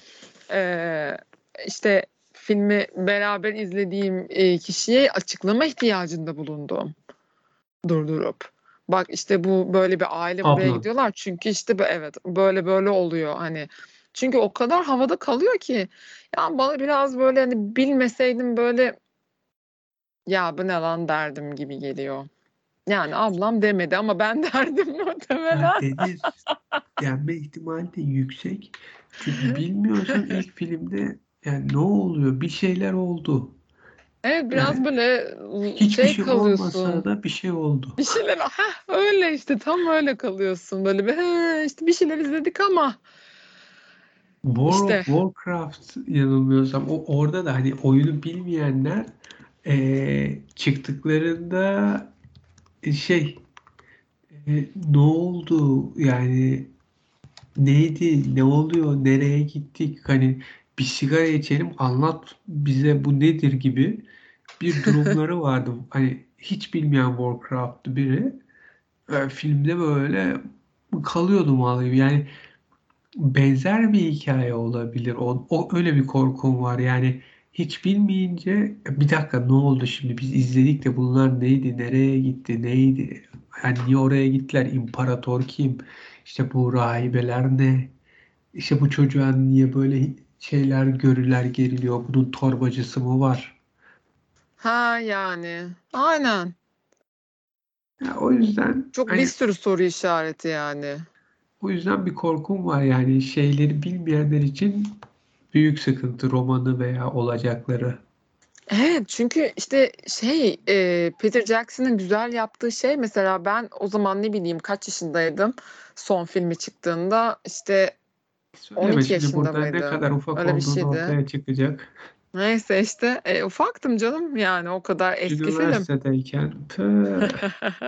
işte filmi beraber izlediğim kişiye açıklama ihtiyacında bulundum. Durdurup. Bak işte bu böyle bir aile buraya Ablan. gidiyorlar çünkü işte evet böyle böyle oluyor hani. Çünkü o kadar havada kalıyor ki ya bana biraz böyle hani bilmeseydim böyle ya bu ne lan derdim gibi geliyor. Yani ablam demedi ama ben derdim Ya muhtemelen. denir. Denme ihtimali de yüksek. Çünkü bilmiyorsan ilk filmde yani ne oluyor? Bir şeyler oldu. Evet biraz Yani böyle hiçbir şey şey olmasa kalıyorsun. da bir şey oldu. Bir şeyler öyle işte tam öyle kalıyorsun böyle bir işte bir şeyler izledik ama World of işte Warcraft yanılmıyorsam orada da hani oyunu bilmeyenler çıktıklarında şey ne oldu yani neydi ne oluyor nereye gittik hani bir sigara içelim anlat bize bu nedir gibi bir durumları vardı. Hani hiç bilmeyen Warcraft'lı biri filmde böyle kalıyordum vallahi. Yani benzer bir hikaye olabilir. O öyle bir korkum var. Yani hiç bilmeyince bir dakika ne oldu şimdi biz izledik de bunlar neydi, nereye gitti, neydi? Yani niye oraya gittiler? İmparator kim? İşte bu rahibeler ne? İşte bu çocuğa niye böyle şeyler görüler geriliyor? Bunun torbacısı mı var? yani aynen. Ya o yüzden Çok bir hani sürü soru işareti yani. o yüzden bir korkum var yani şeyleri bilmeyenler için büyük sıkıntı romanı veya olacakları. Evet çünkü işte Peter Jackson'ın güzel yaptığı şey mesela ben o zaman ne bileyim kaç yaşındaydım son filmi çıktığında işte Söyleme 12 şimdi yaşında burada ne kadar mıydım? ufak Öyle bir olduğunu şeydi. ortaya çıkacak. Neyse işte ufaktım canım yani o kadar eski film. Üniversitedeyken tüh,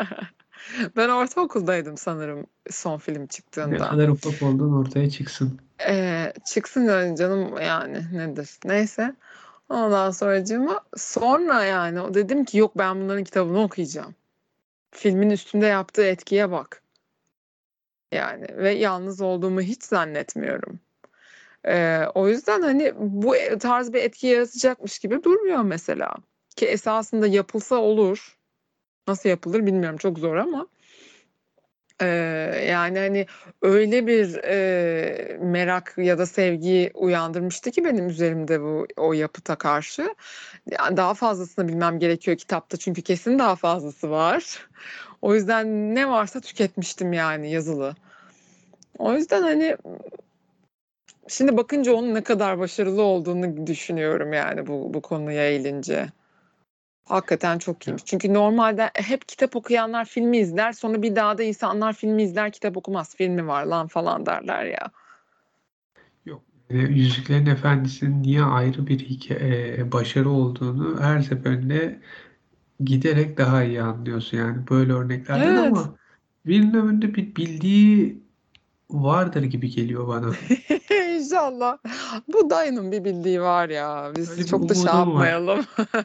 Ben ortaokuldaydım sanırım son film ne çıktığında. kadar ufak olduğun ortaya çıksın. Çıksın yani canım yani nedir? Neyse. Ondan sonra yani dedim ki yok ben bunların kitabını okuyacağım. Filmin üstünde yaptığı etkiye bak. Yani ve yalnız olduğumu hiç zannetmiyorum. O yüzden hani bu tarz bir etki yaratacakmış gibi durmuyor mesela. Ki esasında yapılsa olur. Nasıl yapılır bilmiyorum çok zor ama. Ee, Yani hani öyle bir merak ya da sevgi uyandırmıştı ki benim üzerimde o yapıta karşı. Yani daha fazlasını bilmem gerekiyor kitapta çünkü kesin daha fazlası var. O yüzden ne varsa tüketmiştim yani yazılı. O yüzden hani şimdi bakınca onun ne kadar başarılı olduğunu düşünüyorum yani bu konuya eğilince. Hakikaten çok Ya, iyiymiş. Çünkü normalde hep kitap okuyanlar filmi izler, sonra bir daha da insanlar filmi izler, kitap okumaz. Filmi var lan falan derler ya. yok. Yüzüklerin Efendisi'nin niye ayrı bir hikaye, başarı olduğunu her seferinde giderek daha iyi anlıyorsun yani böyle örneklerden Evet. ama Villeneuve'ün de bir bildiği vardır gibi geliyor bana. İnşallah. Bu dayının bir bildiği var ya. Biz Öyle bir çok da şey umudum var. yapmayalım.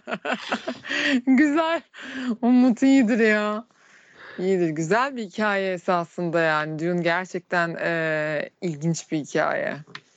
Güzel. Umut iyidir ya. İyidir. Güzel bir hikaye esasında yani. Dune gerçekten ilginç bir hikaye.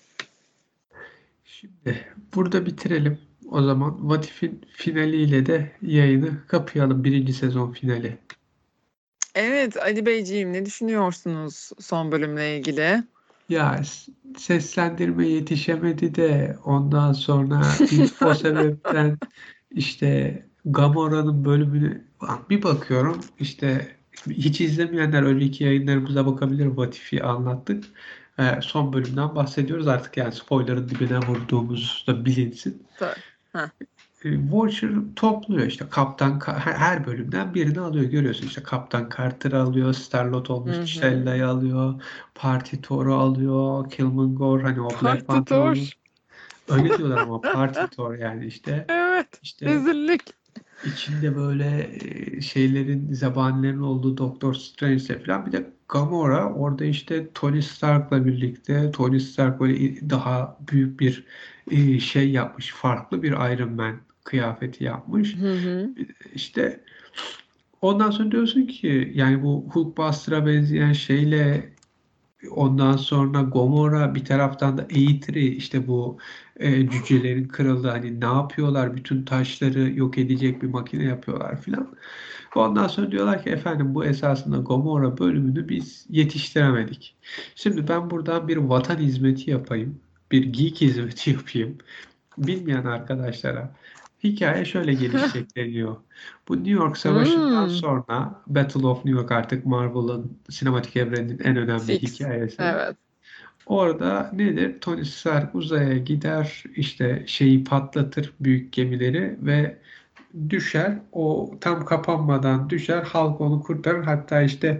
Şimdi burada bitirelim. O zaman What If'in finaliyle de yayını kapayalım. Birinci sezon finali. Evet Ali Beyciğim ne düşünüyorsunuz son bölümle ilgili? Ya seslendirme yetişemedi de ondan sonra o sebepten işte Gamora'nın bölümünü bir bakıyorum işte hiç izlemeyenler önceki yayınlarımıza bakabilir. What If'i anlattık. Son bölümden bahsediyoruz artık yani spoiler'ın dibine vurduğumuz da bilinsin. Heh. Watcher topluyor işte her bölümden birini alıyor görüyorsun işte Kaptan Carter'ı alıyor, Star-Lord olmuş Hı hı. Stella'yı alıyor, Party Thor'u alıyor, Killmonger hani o Black Panther Partitor. olmuş. Öyle diyorlar ama Party Thor yani işte Evet. işte Rezillik. içinde böyle şeylerin, zebanilerin olduğu Doktor Strange'le falan, bir de Gamora orada işte Tony Stark'la birlikte, Tony Stark böyle daha büyük bir şey yapmış. Farklı bir Iron Man kıyafeti yapmış. Hı hı. İşte ondan sonra diyorsun ki yani bu Hulkbuster'a benzeyen şeyle, ondan sonra Gomorra, bir taraftan da Eitri, işte bu cücelerin kralı, hani ne yapıyorlar, bütün taşları yok edecek bir makine yapıyorlar filan. Ondan sonra diyorlar ki efendim bu esasında Gomorra bölümünü biz yetiştiremedik. Şimdi ben buradan bir vatan hizmeti yapayım. Bir geek hizmeti yapayım. Bilmeyen arkadaşlara. Hikaye şöyle gelişecek deniyor. Bu New York Savaşı'ndan Hmm. sonra, Battle of New York artık Marvel'ın sinematik evreninin en önemli Fix. hikayesi. Evet. Orada nedir? Tony Stark uzaya gider, işte şeyi patlatır, büyük gemileri, ve düşer. O tam kapanmadan düşer. Halk onu kurtarır. Hatta işte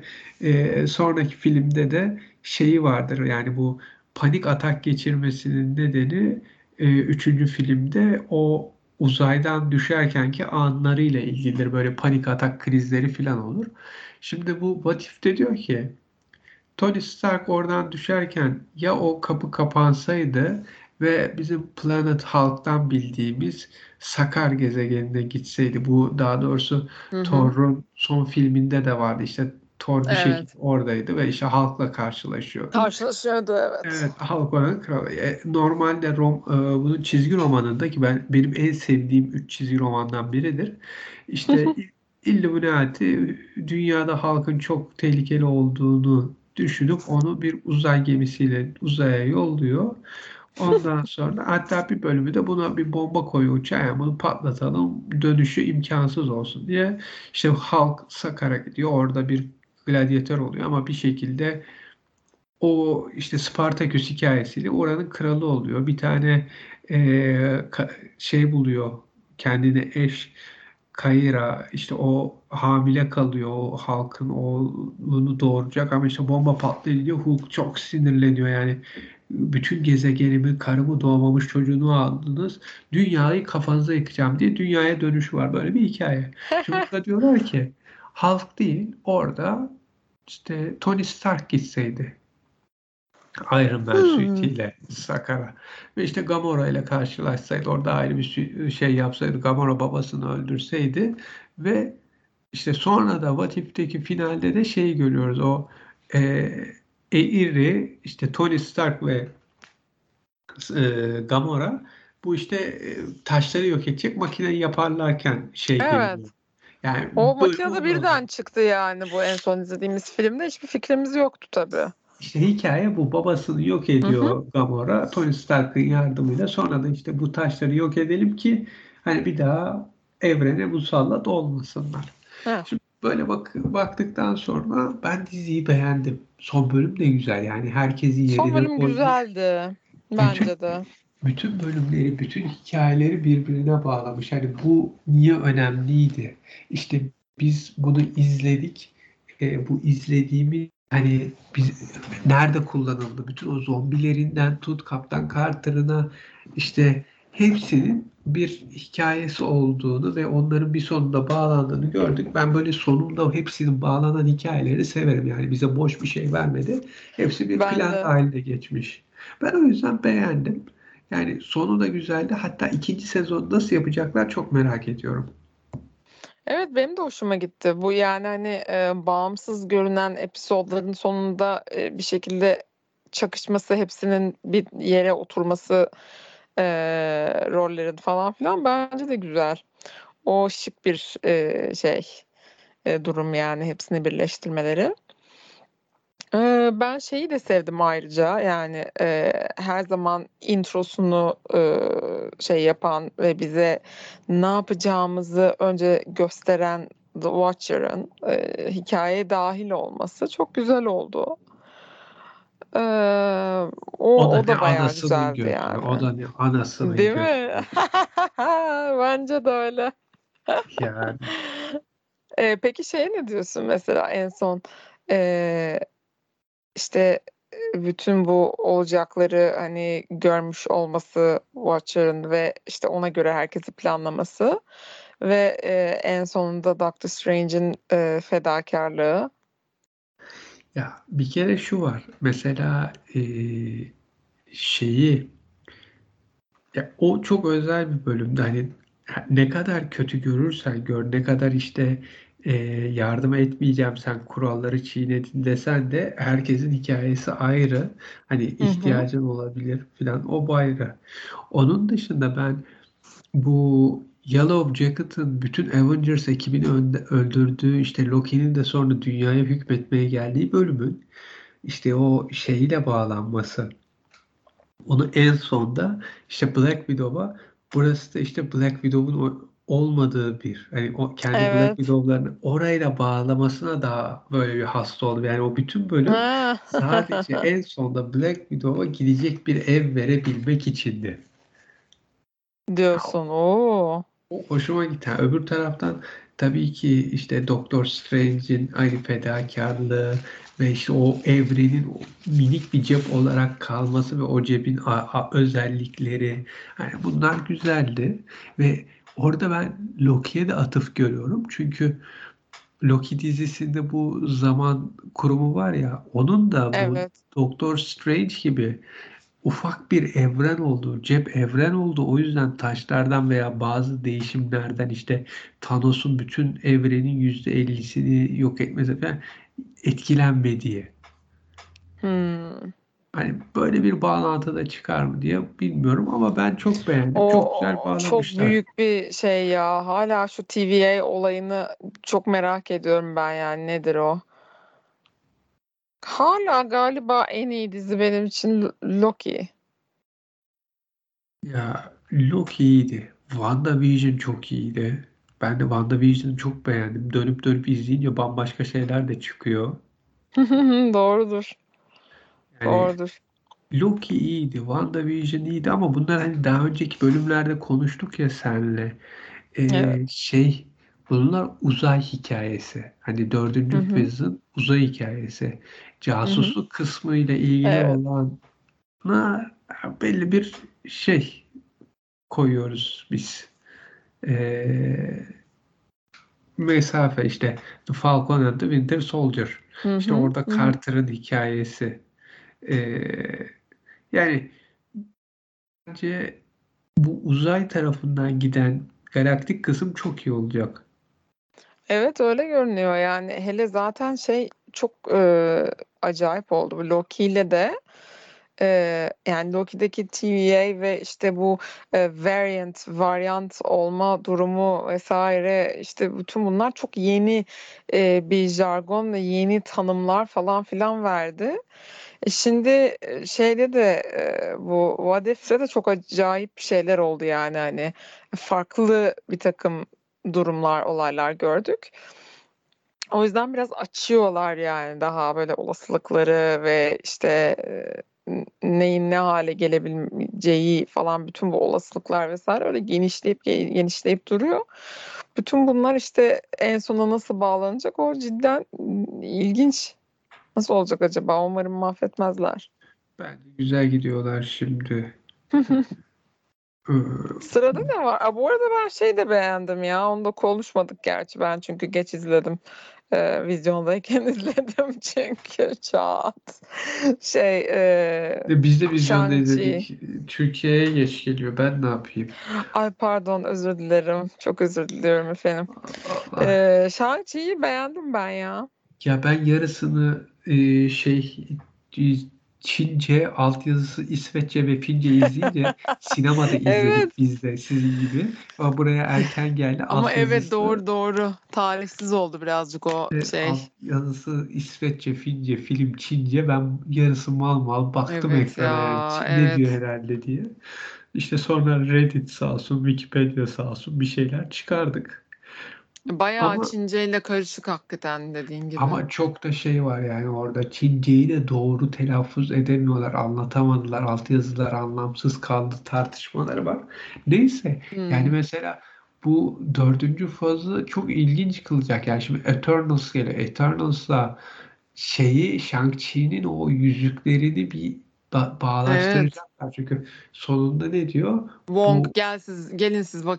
sonraki filmde de şeyi vardır. Yani bu panik atak geçirmesinin nedeni üçüncü filmde o uzaydan düşerkenki anlarıyla ilgilidir. Böyle panik atak krizleri falan olur. Şimdi bu What If'te diyor ki Tony Stark oradan düşerken ya o kapı kapansaydı ve bizim Planet Hulk'tan bildiğimiz Sakar gezegenine gitseydi. Bu daha doğrusu Hı hı. Thor'un son filminde de vardı. İşte Thor bir şekilde Evet. oradaydı ve işte Hulk'la karşılaşıyordu. Karşılaşıyordu, evet. Evet, Hulk oranın kralı. Normalde bunun çizgi romanında, ki benim en sevdiğim 3 çizgi romandan biridir. İşte Illuminati dünyada halkın çok tehlikeli olduğunu düşünüp onu bir uzay gemisiyle uzaya yolluyor. Ondan sonra hatta bir bölümü de buna bir bomba koyuyor uçağa, yani bunu patlatalım, dönüşü imkansız olsun diye. İşte Hulk Sakar'a gidiyor, orada bir gladyatör oluyor ama bir şekilde o işte Spartaküs hikayesiyle oranın kralı oluyor. Bir tane şey buluyor kendine eş, Kayra, işte o hamile kalıyor, o halkın oğlunu doğuracak ama işte bomba patlıyor. Hulk çok sinirleniyor, yani bütün gezegenimi, karımı, doğmamış çocuğunu aldınız, dünyayı kafanıza yıkacağım diye dünyaya dönüşü var, böyle bir hikaye. Şimdi burada diyorlar ki Hulk değil, orada işte Tony Stark gitseydi Iron Man Hmm. suitiyle Sakaar'a ve işte Gamora ile karşılaşsaydı, orada ayrı bir şey yapsaydı, Gamora babasını öldürseydi ve işte sonra da What If'teki finalde de şeyi görüyoruz, o e, Eiri, işte Tony Stark ve Gamora bu işte taşları yok edecek makineyi yaparlarken şey Evet. geliyor. Yani O böyle makine de oldu. birden çıktı yani, bu en son izlediğimiz filmde. Hiçbir fikrimiz yoktu tabii. İşte hikaye bu. Babasını yok Hı hı. ediyor Gamora Tony Stark'ın yardımıyla. Sonra da işte bu taşları yok edelim ki hani bir daha evrene musallat olmasınlar. Heh. Şimdi böyle baktıktan sonra ben diziyi beğendim. Son bölüm de güzel. Yani herkesi Son yerine bölüm koymuş. güzeldi. Bütün Bence de. bütün bölümleri, bütün hikayeleri birbirine bağlamış. Hani bu niye önemliydi? İşte biz bunu izledik. Bu izlediğimi hani biz nerede kullanıldı? Bütün o zombilerinden tut Kaptan Carter'ına, işte hepsinin bir hikayesi olduğunu ve onların bir sonunda bağlandığını gördük. Ben böyle sonunda hepsinin bağlanan hikayeleri severim. Yani bize boş bir şey vermedi. Hepsi bir Ben plan de. halinde geçmiş. Ben o yüzden beğendim. Yani sonu da güzeldi. Hatta ikinci sezon nasıl yapacaklar çok merak ediyorum. Evet, benim de hoşuma gitti. Bu yani hani bağımsız görünen episodların sonunda bir şekilde çakışması, hepsinin bir yere oturması, e, rollerin falan filan bence de güzel. O şık bir durum yani, hepsini birleştirmeleri. Ben şeyi de sevdim ayrıca, yani, her zaman introsunu, yapan ve bize ne yapacağımızı önce gösteren The Watcher'ın, hikâyeye dâhil olması çok güzel oldu. Eee, O da o ne da bayağı anasının güzeldi gözü, o yani. da ne anasının Değil mi? gözü. Bence de öyle. Yani Peki şeye ne diyorsun mesela en son? Eee İşte, bütün bu olacakları, hani, görmüş olması Watcher'ın ve, işte, ona göre herkesi planlaması ve en sonunda Doctor Strange'in fedakarlığı. Ya bir kere şu var. Mesela şeyi ya o çok özel bir bölümde hani ne kadar kötü görürsen gör ne kadar işte yardım etmeyeceğim sen kuralları çiğnedin desen de herkesin hikayesi ayrı. Hani Hı hı. ihtiyacın olabilir filan o ayrı. Onun dışında ben bu Yellow Jacket'ın bütün Avengers ekibini öldürdüğü işte Loki'nin de sonra dünyaya hükmetmeye geldiği bölümün işte o şeyle bağlanması. Onu en sonda işte Black Widow'a burası da işte Black Widow'un olmadığı bir hani o kendi Black Evet. Widow'larını orayla bağlamasına daha böyle bir hasta oldum. Yani o bütün bölüm Ha. sadece en sonda Black Widow'a gidecek bir ev verebilmek içindi. Diyorsun. Oo. O hoşuma gitti. Ha, öbür taraftan tabii ki işte Doctor Strange'in aynı fedakarlığı ve işte o evrenin o minik bir cep olarak kalması ve o cebin özellikleri hani bunlar güzeldi ve orada ben Loki'ye de atıf görüyorum. Çünkü Loki dizisinde bu zaman kurumu var ya onun da bu Evet. Doctor Strange gibi ufak bir evren oldu, cep evren oldu. O yüzden taşlardan veya bazı değişimlerden işte Thanos'un bütün evrenin %50'sini yok etmesi falan etkilenmediği. Hmm. Hani böyle bir bağlantı da çıkar mı diye bilmiyorum ama ben çok beğendim. Çok güzel O çok bağlamışlar. büyük bir şey ya. Hala şu TVA olayını çok merak ediyorum ben yani. Nedir o? Hala galiba en iyi dizi benim için Loki. Ya Loki iyiydi. WandaVision çok iyiydi. Ben de WandaVision'ı çok beğendim. Dönüp dönüp izleyince bambaşka şeyler de çıkıyor. Doğrudur. Yani Doğrudur. Loki iyiydi, WandaVision iyiydi ama bunlar hani daha önceki bölümlerde konuştuk ya senle. Evet. Şey, bunlar uzay hikayesi. Hani Hı dördüncü hı. fazın uzay hikayesi. Hı hı. Casusluk kısmıyla ilgili Evet. olana belli bir şey koyuyoruz biz. Ee, Mesafe işte The Falcon and the Winter Soldier. Hı İşte hı. orada Hı hı. Carter'ın hikayesi. Ee, Yani bence bu uzay tarafından giden galaktik kısım çok iyi olacak. Evet öyle görünüyor yani. Hele zaten şey çok acayip oldu. Bu Loki'yle de yani Loki'deki TVA ve işte bu varyant olma durumu vesaire işte bütün bunlar çok yeni bir jargon ve yeni tanımlar falan filan verdi. Şimdi şeyde de bu What If'te de çok acayip şeyler oldu yani hani farklı bir takım durumlar, olaylar gördük. O yüzden biraz açıyorlar yani daha böyle olasılıkları ve işte neyin ne hale gelebileceği falan bütün bu olasılıklar vesaire öyle genişleyip duruyor. Bütün bunlar işte en sona nasıl bağlanacak o cidden ilginç. Nasıl olacak acaba? Umarım mahvetmezler. Bence güzel gidiyorlar şimdi. Ee, Sırada ne var? Bu arada ben şey de beğendim ya. Onu da konuşmadık gerçi ben çünkü geç izledim. Vizyondayken izledim çünkü çat. Şey, Biz de vizyonda Shang-Chi. izledik. Türkiye'ye geç geliyor. Ben ne yapayım? Ay pardon özür dilerim. Çok özür diliyorum efendim. Allah. Shang-Chi'yi beğendim ben ya. Ya ben yarısını e, Çince, altyazısı İsveççe ve Fince izleyince sinemada Evet. izledik biz de sizin gibi. Ama buraya erken geldi. Ama evet Altyazısı doğru. Talihsiz oldu birazcık o şey. altyazısı İsveççe, Fince, film Çince. Ben yarısı mal mal baktım Evet ekrana yani ya Çin ne diyor evet. herhalde diye. İşte sonra Reddit sağ olsun, Wikipedia sağ olsun bir şeyler çıkardık. Bayağı Ama Çinceyle karışık hakikaten dediğin gibi. çok da şey var yani orada Çinceyi de doğru telaffuz edemiyorlar, anlatamadılar, altyazılar anlamsız kaldı tartışmaları var. Neyse yani Hmm. mesela bu dördüncü fazı çok ilginç kılacak. Yani şimdi Eternals geliyor. Eternals'la Shang-Chi'nin o yüzüklerini bir Evet. bağlaştıracaklar. Çünkü sonunda ne diyor? Wong Bu gelin siz bakayım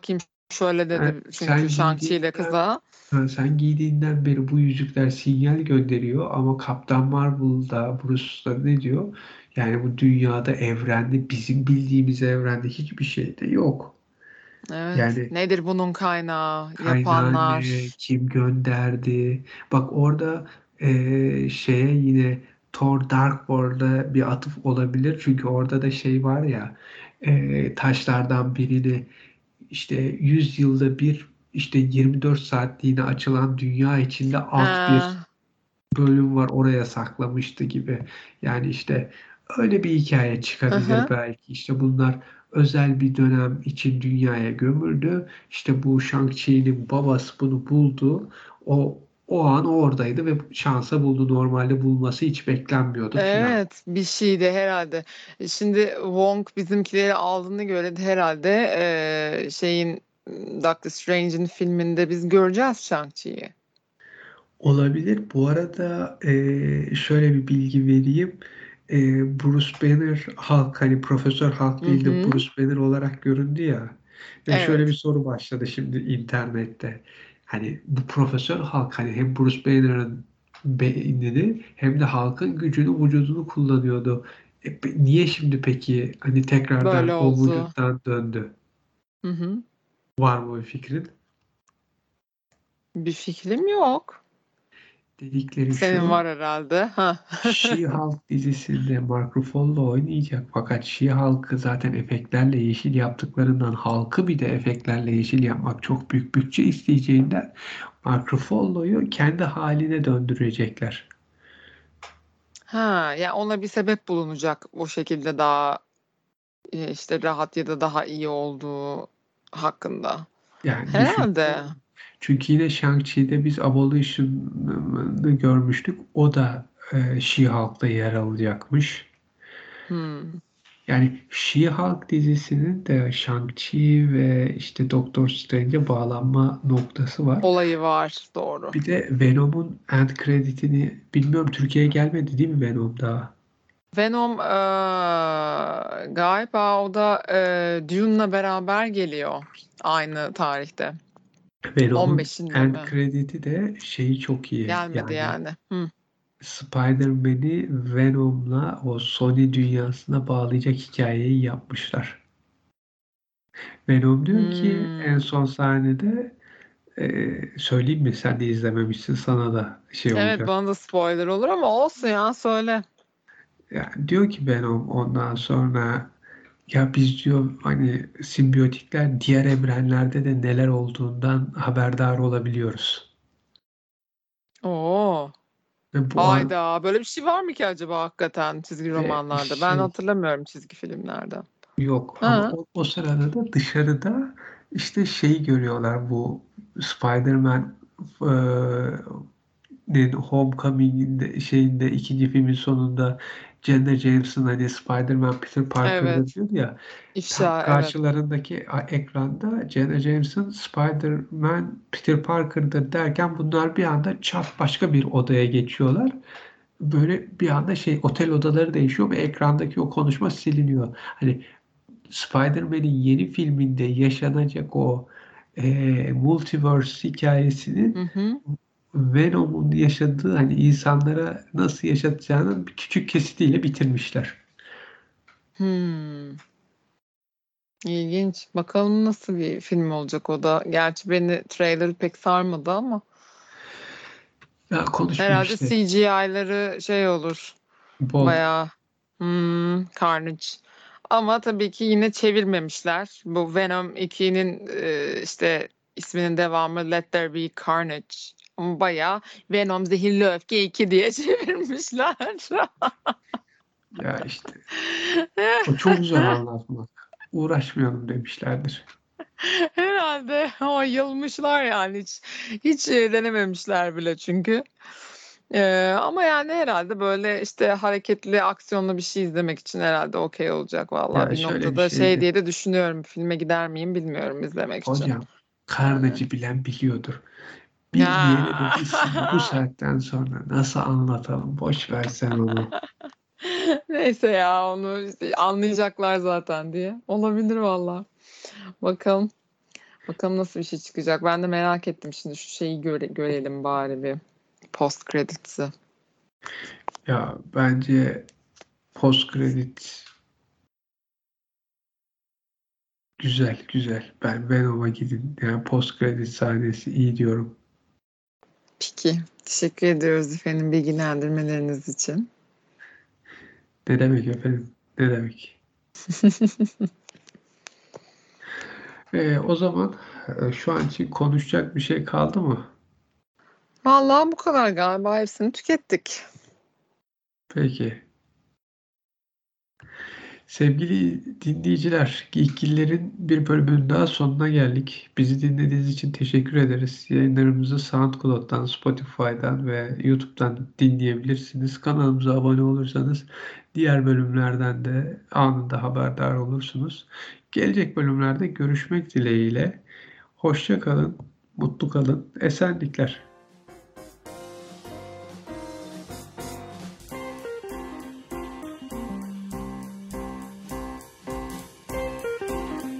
Şöyle dedi çünkü Sen Shang-Chi ile giydiğinden kıza. sen giydiğinden beri bu yüzükler sinyal gönderiyor ama Kaptan Marvel'da Bruce'da ne diyor? Yani bu dünyada, evrende, bizim bildiğimiz evrende hiçbir şey de yok. Evet. Yani Nedir bunun kaynağı? kaynağı ne, Yapanlar. kim gönderdi? Bak orada şeye yine Thor Dark World'a bir atıf olabilir. Çünkü orada da şey var ya, taşlardan birini işte 100 yılda bir, işte 24 saatliğine açılan dünya içinde alt bir Ha. bölüm var, oraya saklamıştı gibi. Yani işte öyle bir hikaye Hı çıkabilir hı. belki. İşte bunlar özel bir dönem için dünyaya gömüldü. İşte bu Shang-Chi'nin babası bunu buldu. O an oradaydı ve şansa buldu. Normalde bulması hiç beklenmiyordu filan. Evet, bir şeydi herhalde. Şimdi Wong bizimkileri aldığını göre de herhalde şeyin Doctor Strange'in filminde biz göreceğiz Shang-Chi'yi. Olabilir. Bu arada şöyle bir bilgi vereyim. Bruce Banner Hulk, hani Profesör Hulk Hı değil de hı. Bruce Banner olarak göründü ya. Ve şöyle bir Evet. soru başladı şimdi internette. Hani bu Profesör Hulk hani hem Bruce Banner'ın beynini hem de Hulk'ın gücünü, vücudunu kullanıyordu. Niye şimdi peki hani Böyle tekrardan o oldu. vücuttan döndü? Hı hı. Var mı bir fikrin? Bir fikrim yok. Dedikleri Senin şu. var herhalde. Ha. She-Hulk dizisinde Mark Ruffalo oynayacak, fakat She-Hulk'ı zaten efektlerle yeşil yaptıklarından Hulk'ı bir de efektlerle yeşil yapmak çok büyük bütçe isteyeceğinden Mark Ruffalo'yu kendi haline döndürecekler. Ha, ya ona bir sebep bulunacak o şekilde daha işte rahat ya da daha iyi olduğu hakkında. Yani Herhalde. düşünüyorum. Çünkü yine Shang-Chi'de biz Abolition'ı görmüştük. O da She-Hulk'ta yer alacakmış. Hmm. Yani She-Hulk dizisinin de Shang-Chi ve işte Doctor Strange'e bağlanma noktası var. Olayı var. Doğru. Bir de Venom'un end credit'ini bilmiyorum, Türkiye'ye gelmedi değil mi Venom daha? Venom galiba o da Dune'la beraber geliyor aynı tarihte. Venom'un 15'inde end mi? credit'i de şeyi çok iyi. Gelmedi Yani yani. Hı. Spider-Man'i Venom'la o Sony dünyasına bağlayacak hikayeyi yapmışlar. Venom diyor ki en Hmm. son sahnede, söyleyeyim mi, sen de izlememişsin, sana da şey Evet, olacak. bana da spoiler olur ama olsun ya söyle. Yani diyor ki Venom ondan sonra, ya biz diyor hani simbiyotikler diğer evrenlerde de neler olduğundan haberdar olabiliyoruz. Oo. Ve bu an Hayda. Böyle bir şey var mı ki acaba hakikaten çizgi ve romanlarda? Ben şey hatırlamıyorum çizgi filmlerde. yok ama Ha. o sırada da dışarıda işte şeyi görüyorlar, bu Spider-Man Homecoming'in şeyinde, ikinci filmin sonunda Jenna Jameson hani Spider-Man Peter Parker'dır Evet. diyor ya, tam İfşa, evet. karşılarındaki ekranda Jenna Jameson Spider-Man Peter Parker'dır derken bunlar bir anda çat başka bir odaya geçiyorlar. Böyle bir anda şey, otel odaları değişiyor ve ekrandaki o konuşma siliniyor. Hani Spider-Man'in yeni filminde yaşanacak o multiverse hikayesinin Hı hı. Venom'un yaşadığı, hani insanlara nasıl yaşatacağının bir küçük kesitiyle bitirmişler. Hmm. İlginç. Bakalım nasıl bir film olacak o da. Gerçi beni trailer pek sarmadı ama Ya konuşmayayım herhalde işte. CGI'ları şey olur. Bol. Bayağı Carnage. Ama tabii ki yine çevirmemişler. Bu Venom 2'nin işte isminin devamı Let There Be Carnage. Ama bayağı Venom Zehirli Öfke 2 diye çevirmişler. Ya işte o çok zor anlatmak. Uğraşmayalım demişlerdir. Herhalde o yılmışlar yani hiç denememişler bile çünkü. Ama yani herhalde böyle işte hareketli, aksiyonlu bir şey izlemek için herhalde okey olacak vallahi Ya bir şöyle bir noktada şey şeydi. diye de düşünüyorum. Filme gider miyim bilmiyorum izlemek için. Hocam, Yani. karnacı bilen biliyordur. Bilmeyene de biz şimdi bu Ya. saatten sonra nasıl anlatalım? Boş ver sen onu. Neyse ya onu işte anlayacaklar zaten diye. Olabilir vallahi. Bakalım. Bakalım nasıl bir şey çıkacak. Ben de merak ettim şimdi şu şeyi görelim bari bir post credits'i. Ya bence post credit güzel güzel. Ben Venom'a gidin. Yani post credit sahnesi iyi diyorum. Peki. Teşekkür ediyoruz efendim bilgilendirmeleriniz için. Ne demek efendim? Ne demek? O zaman şu an için konuşacak bir şey kaldı mı? Vallahi bu kadar galiba hepsini tükettik. Peki. Sevgili dinleyiciler, Geekgiller'in bir bölümünün daha sonuna geldik. Bizi dinlediğiniz için teşekkür ederiz. Yayınlarımızı SoundCloud'dan, Spotify'dan ve YouTube'dan dinleyebilirsiniz. Kanalımıza abone olursanız diğer bölümlerden de anında haberdar olursunuz. Gelecek bölümlerde görüşmek dileğiyle. Hoşça kalın, mutlu kalın, esenlikler.